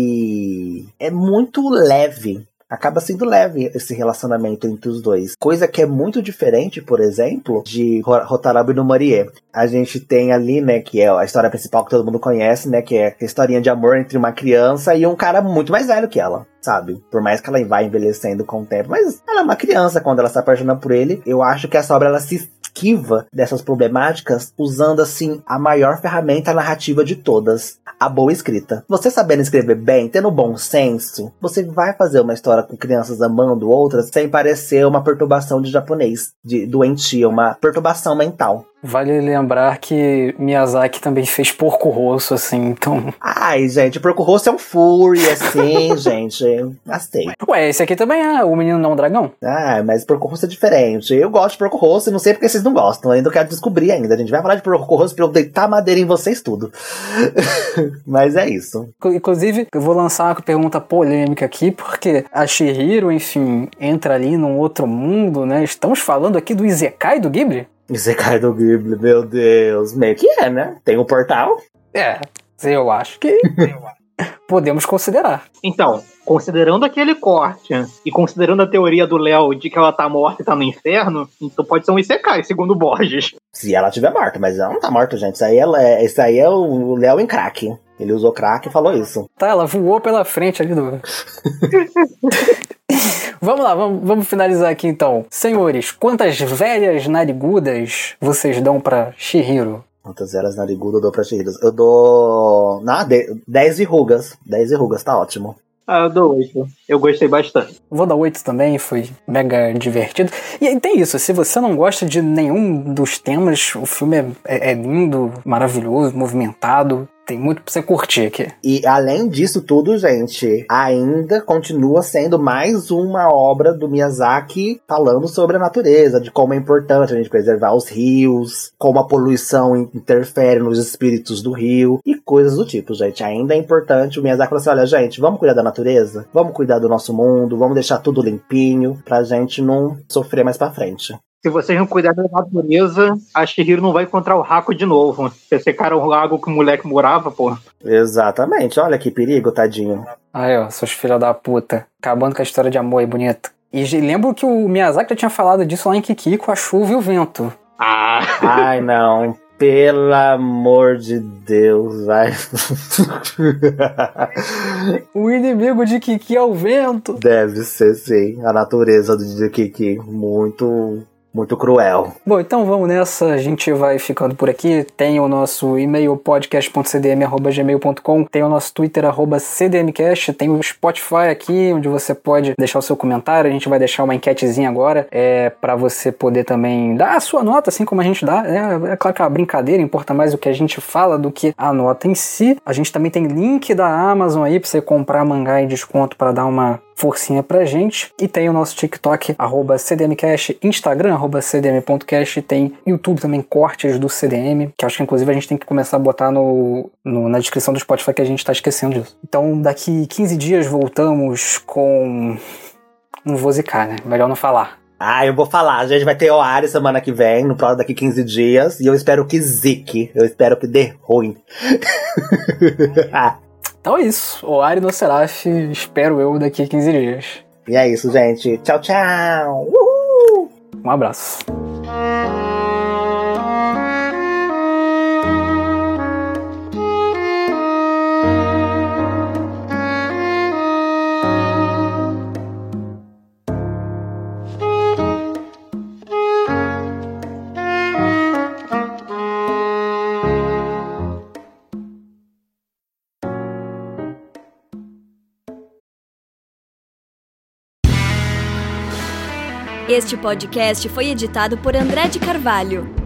[SPEAKER 2] que é muito leve. Acaba sendo leve esse relacionamento entre os dois. Coisa que é muito diferente, por exemplo, de Hotarubi no Morie. A gente tem ali, né, que é a história principal que todo mundo conhece, né, que é a historinha de amor entre uma criança e um cara muito mais velho que ela, sabe? Por mais que ela vá envelhecendo com o tempo. Mas ela é uma criança quando ela se apaixona por ele. Eu acho que essa obra, ela se esquiva dessas problemáticas usando, assim, a maior ferramenta narrativa de todas. A boa escrita. Você sabendo escrever bem, tendo bom senso, você vai fazer uma história com crianças amando outras sem parecer uma perturbação de japonês, de doentia, uma perturbação mental.
[SPEAKER 1] Vale lembrar que Miyazaki também fez Porco Rosso, assim, então...
[SPEAKER 2] Ai, gente, Porco Rosso é um furry, assim, gente. Gastei.
[SPEAKER 1] Ué, esse aqui também é O Menino Não Dragão?
[SPEAKER 2] Ah, mas Porco Rosso é diferente. Eu gosto de Porco Rosso e não sei porque vocês não gostam. Eu ainda quero descobrir ainda. A gente vai falar de Porco Rosso pra eu deitar madeira em vocês tudo. Mas é isso.
[SPEAKER 1] Inclusive, eu vou lançar uma pergunta polêmica aqui, porque a Chihiro, enfim, entra ali num outro mundo, né? Estamos falando aqui do Isekai do Ghibli?
[SPEAKER 2] Isekai do Ghibli, meu Deus. Meio que é, né? Tem o portal.
[SPEAKER 1] É, eu acho que podemos considerar.
[SPEAKER 3] Então, considerando aquele corte e considerando a teoria do Léo de que ela tá morta e tá no inferno, então pode ser um Isekai, segundo o Borges.
[SPEAKER 2] Se ela estiver morta, mas ela não tá morta, gente. Isso aí é, isso aí é o Léo em crack. Ele usou crack e falou isso.
[SPEAKER 1] Tá, ela voou pela frente ali do... Vamos lá, vamos, vamos finalizar aqui então. Senhores, quantas velhas narigudas vocês dão pra Chihiro?
[SPEAKER 2] Quantas velhas narigudas eu dou pra Chihiro? Eu dou... Ah, dez verrugas. dez verrugas, tá ótimo.
[SPEAKER 3] Ah, eu dou oito. Eu gostei bastante.
[SPEAKER 1] Vou dar oito também, foi mega divertido. E tem isso, se você não gosta de nenhum dos temas, o filme é, é, é lindo, maravilhoso, movimentado. Tem muito pra você curtir aqui.
[SPEAKER 2] E além disso tudo, gente, ainda continua sendo mais uma obra do Miyazaki falando sobre a natureza, de como é importante a gente preservar os rios, como a poluição interfere nos espíritos do rio e coisas do tipo, gente. Ainda é importante o Miyazaki falar assim, olha, gente, vamos cuidar da natureza? Vamos cuidar do nosso mundo? Vamos deixar tudo limpinho pra gente não sofrer mais pra frente.
[SPEAKER 3] Se vocês não cuidarem da natureza, a Chihiro não vai encontrar o Haku de novo. Esse cara é o lago que o moleque morava, pô.
[SPEAKER 2] Exatamente. Olha que perigo, tadinho.
[SPEAKER 1] Aí, ó, seus filhos da puta. Acabando com a história de amor aí, bonita. E lembro que o Miyazaki já tinha falado disso lá em Kikiko, a chuva e o vento.
[SPEAKER 3] Ah.
[SPEAKER 2] Ai, não. Pelo amor de Deus, vai.
[SPEAKER 1] O inimigo de Kiki é o vento.
[SPEAKER 2] Deve ser, sim. A natureza de Kiki. Muito... Muito cruel.
[SPEAKER 1] Bom, então vamos nessa. A gente vai ficando por aqui. Tem o nosso e-mail podcast ponto c d m arroba gmail ponto com. Tem o nosso Twitter, arroba C D M cast. Tem o Spotify aqui, onde você pode deixar o seu comentário. A gente vai deixar uma enquetezinha agora é, para você poder também dar a sua nota, assim como a gente dá. É, é claro que é uma brincadeira, importa mais o que a gente fala do que a nota em si. A gente também tem link da Amazon aí para você comprar mangá em desconto para dar uma forcinha pra gente. E tem o nosso TikTok, arroba C D M cast, Instagram, arroba C D M ponto cast, tem YouTube também, cortes do C D M, que acho que inclusive a gente tem que começar a botar no, no, na descrição do Spotify, que a gente tá esquecendo disso. Então daqui quinze dias voltamos com... Não vou zicar, né? Melhor não falar.
[SPEAKER 2] Ah, eu vou falar. A gente vai ter Oari semana que vem, no próximo daqui quinze dias, e eu espero que zique. Eu espero que dê ruim.
[SPEAKER 1] Então é isso. Oari no Seraph, espero eu daqui a quinze dias.
[SPEAKER 2] E é isso, gente. Tchau, tchau. Uhul.
[SPEAKER 1] Um abraço.
[SPEAKER 4] Este podcast foi editado por André de Carvalho.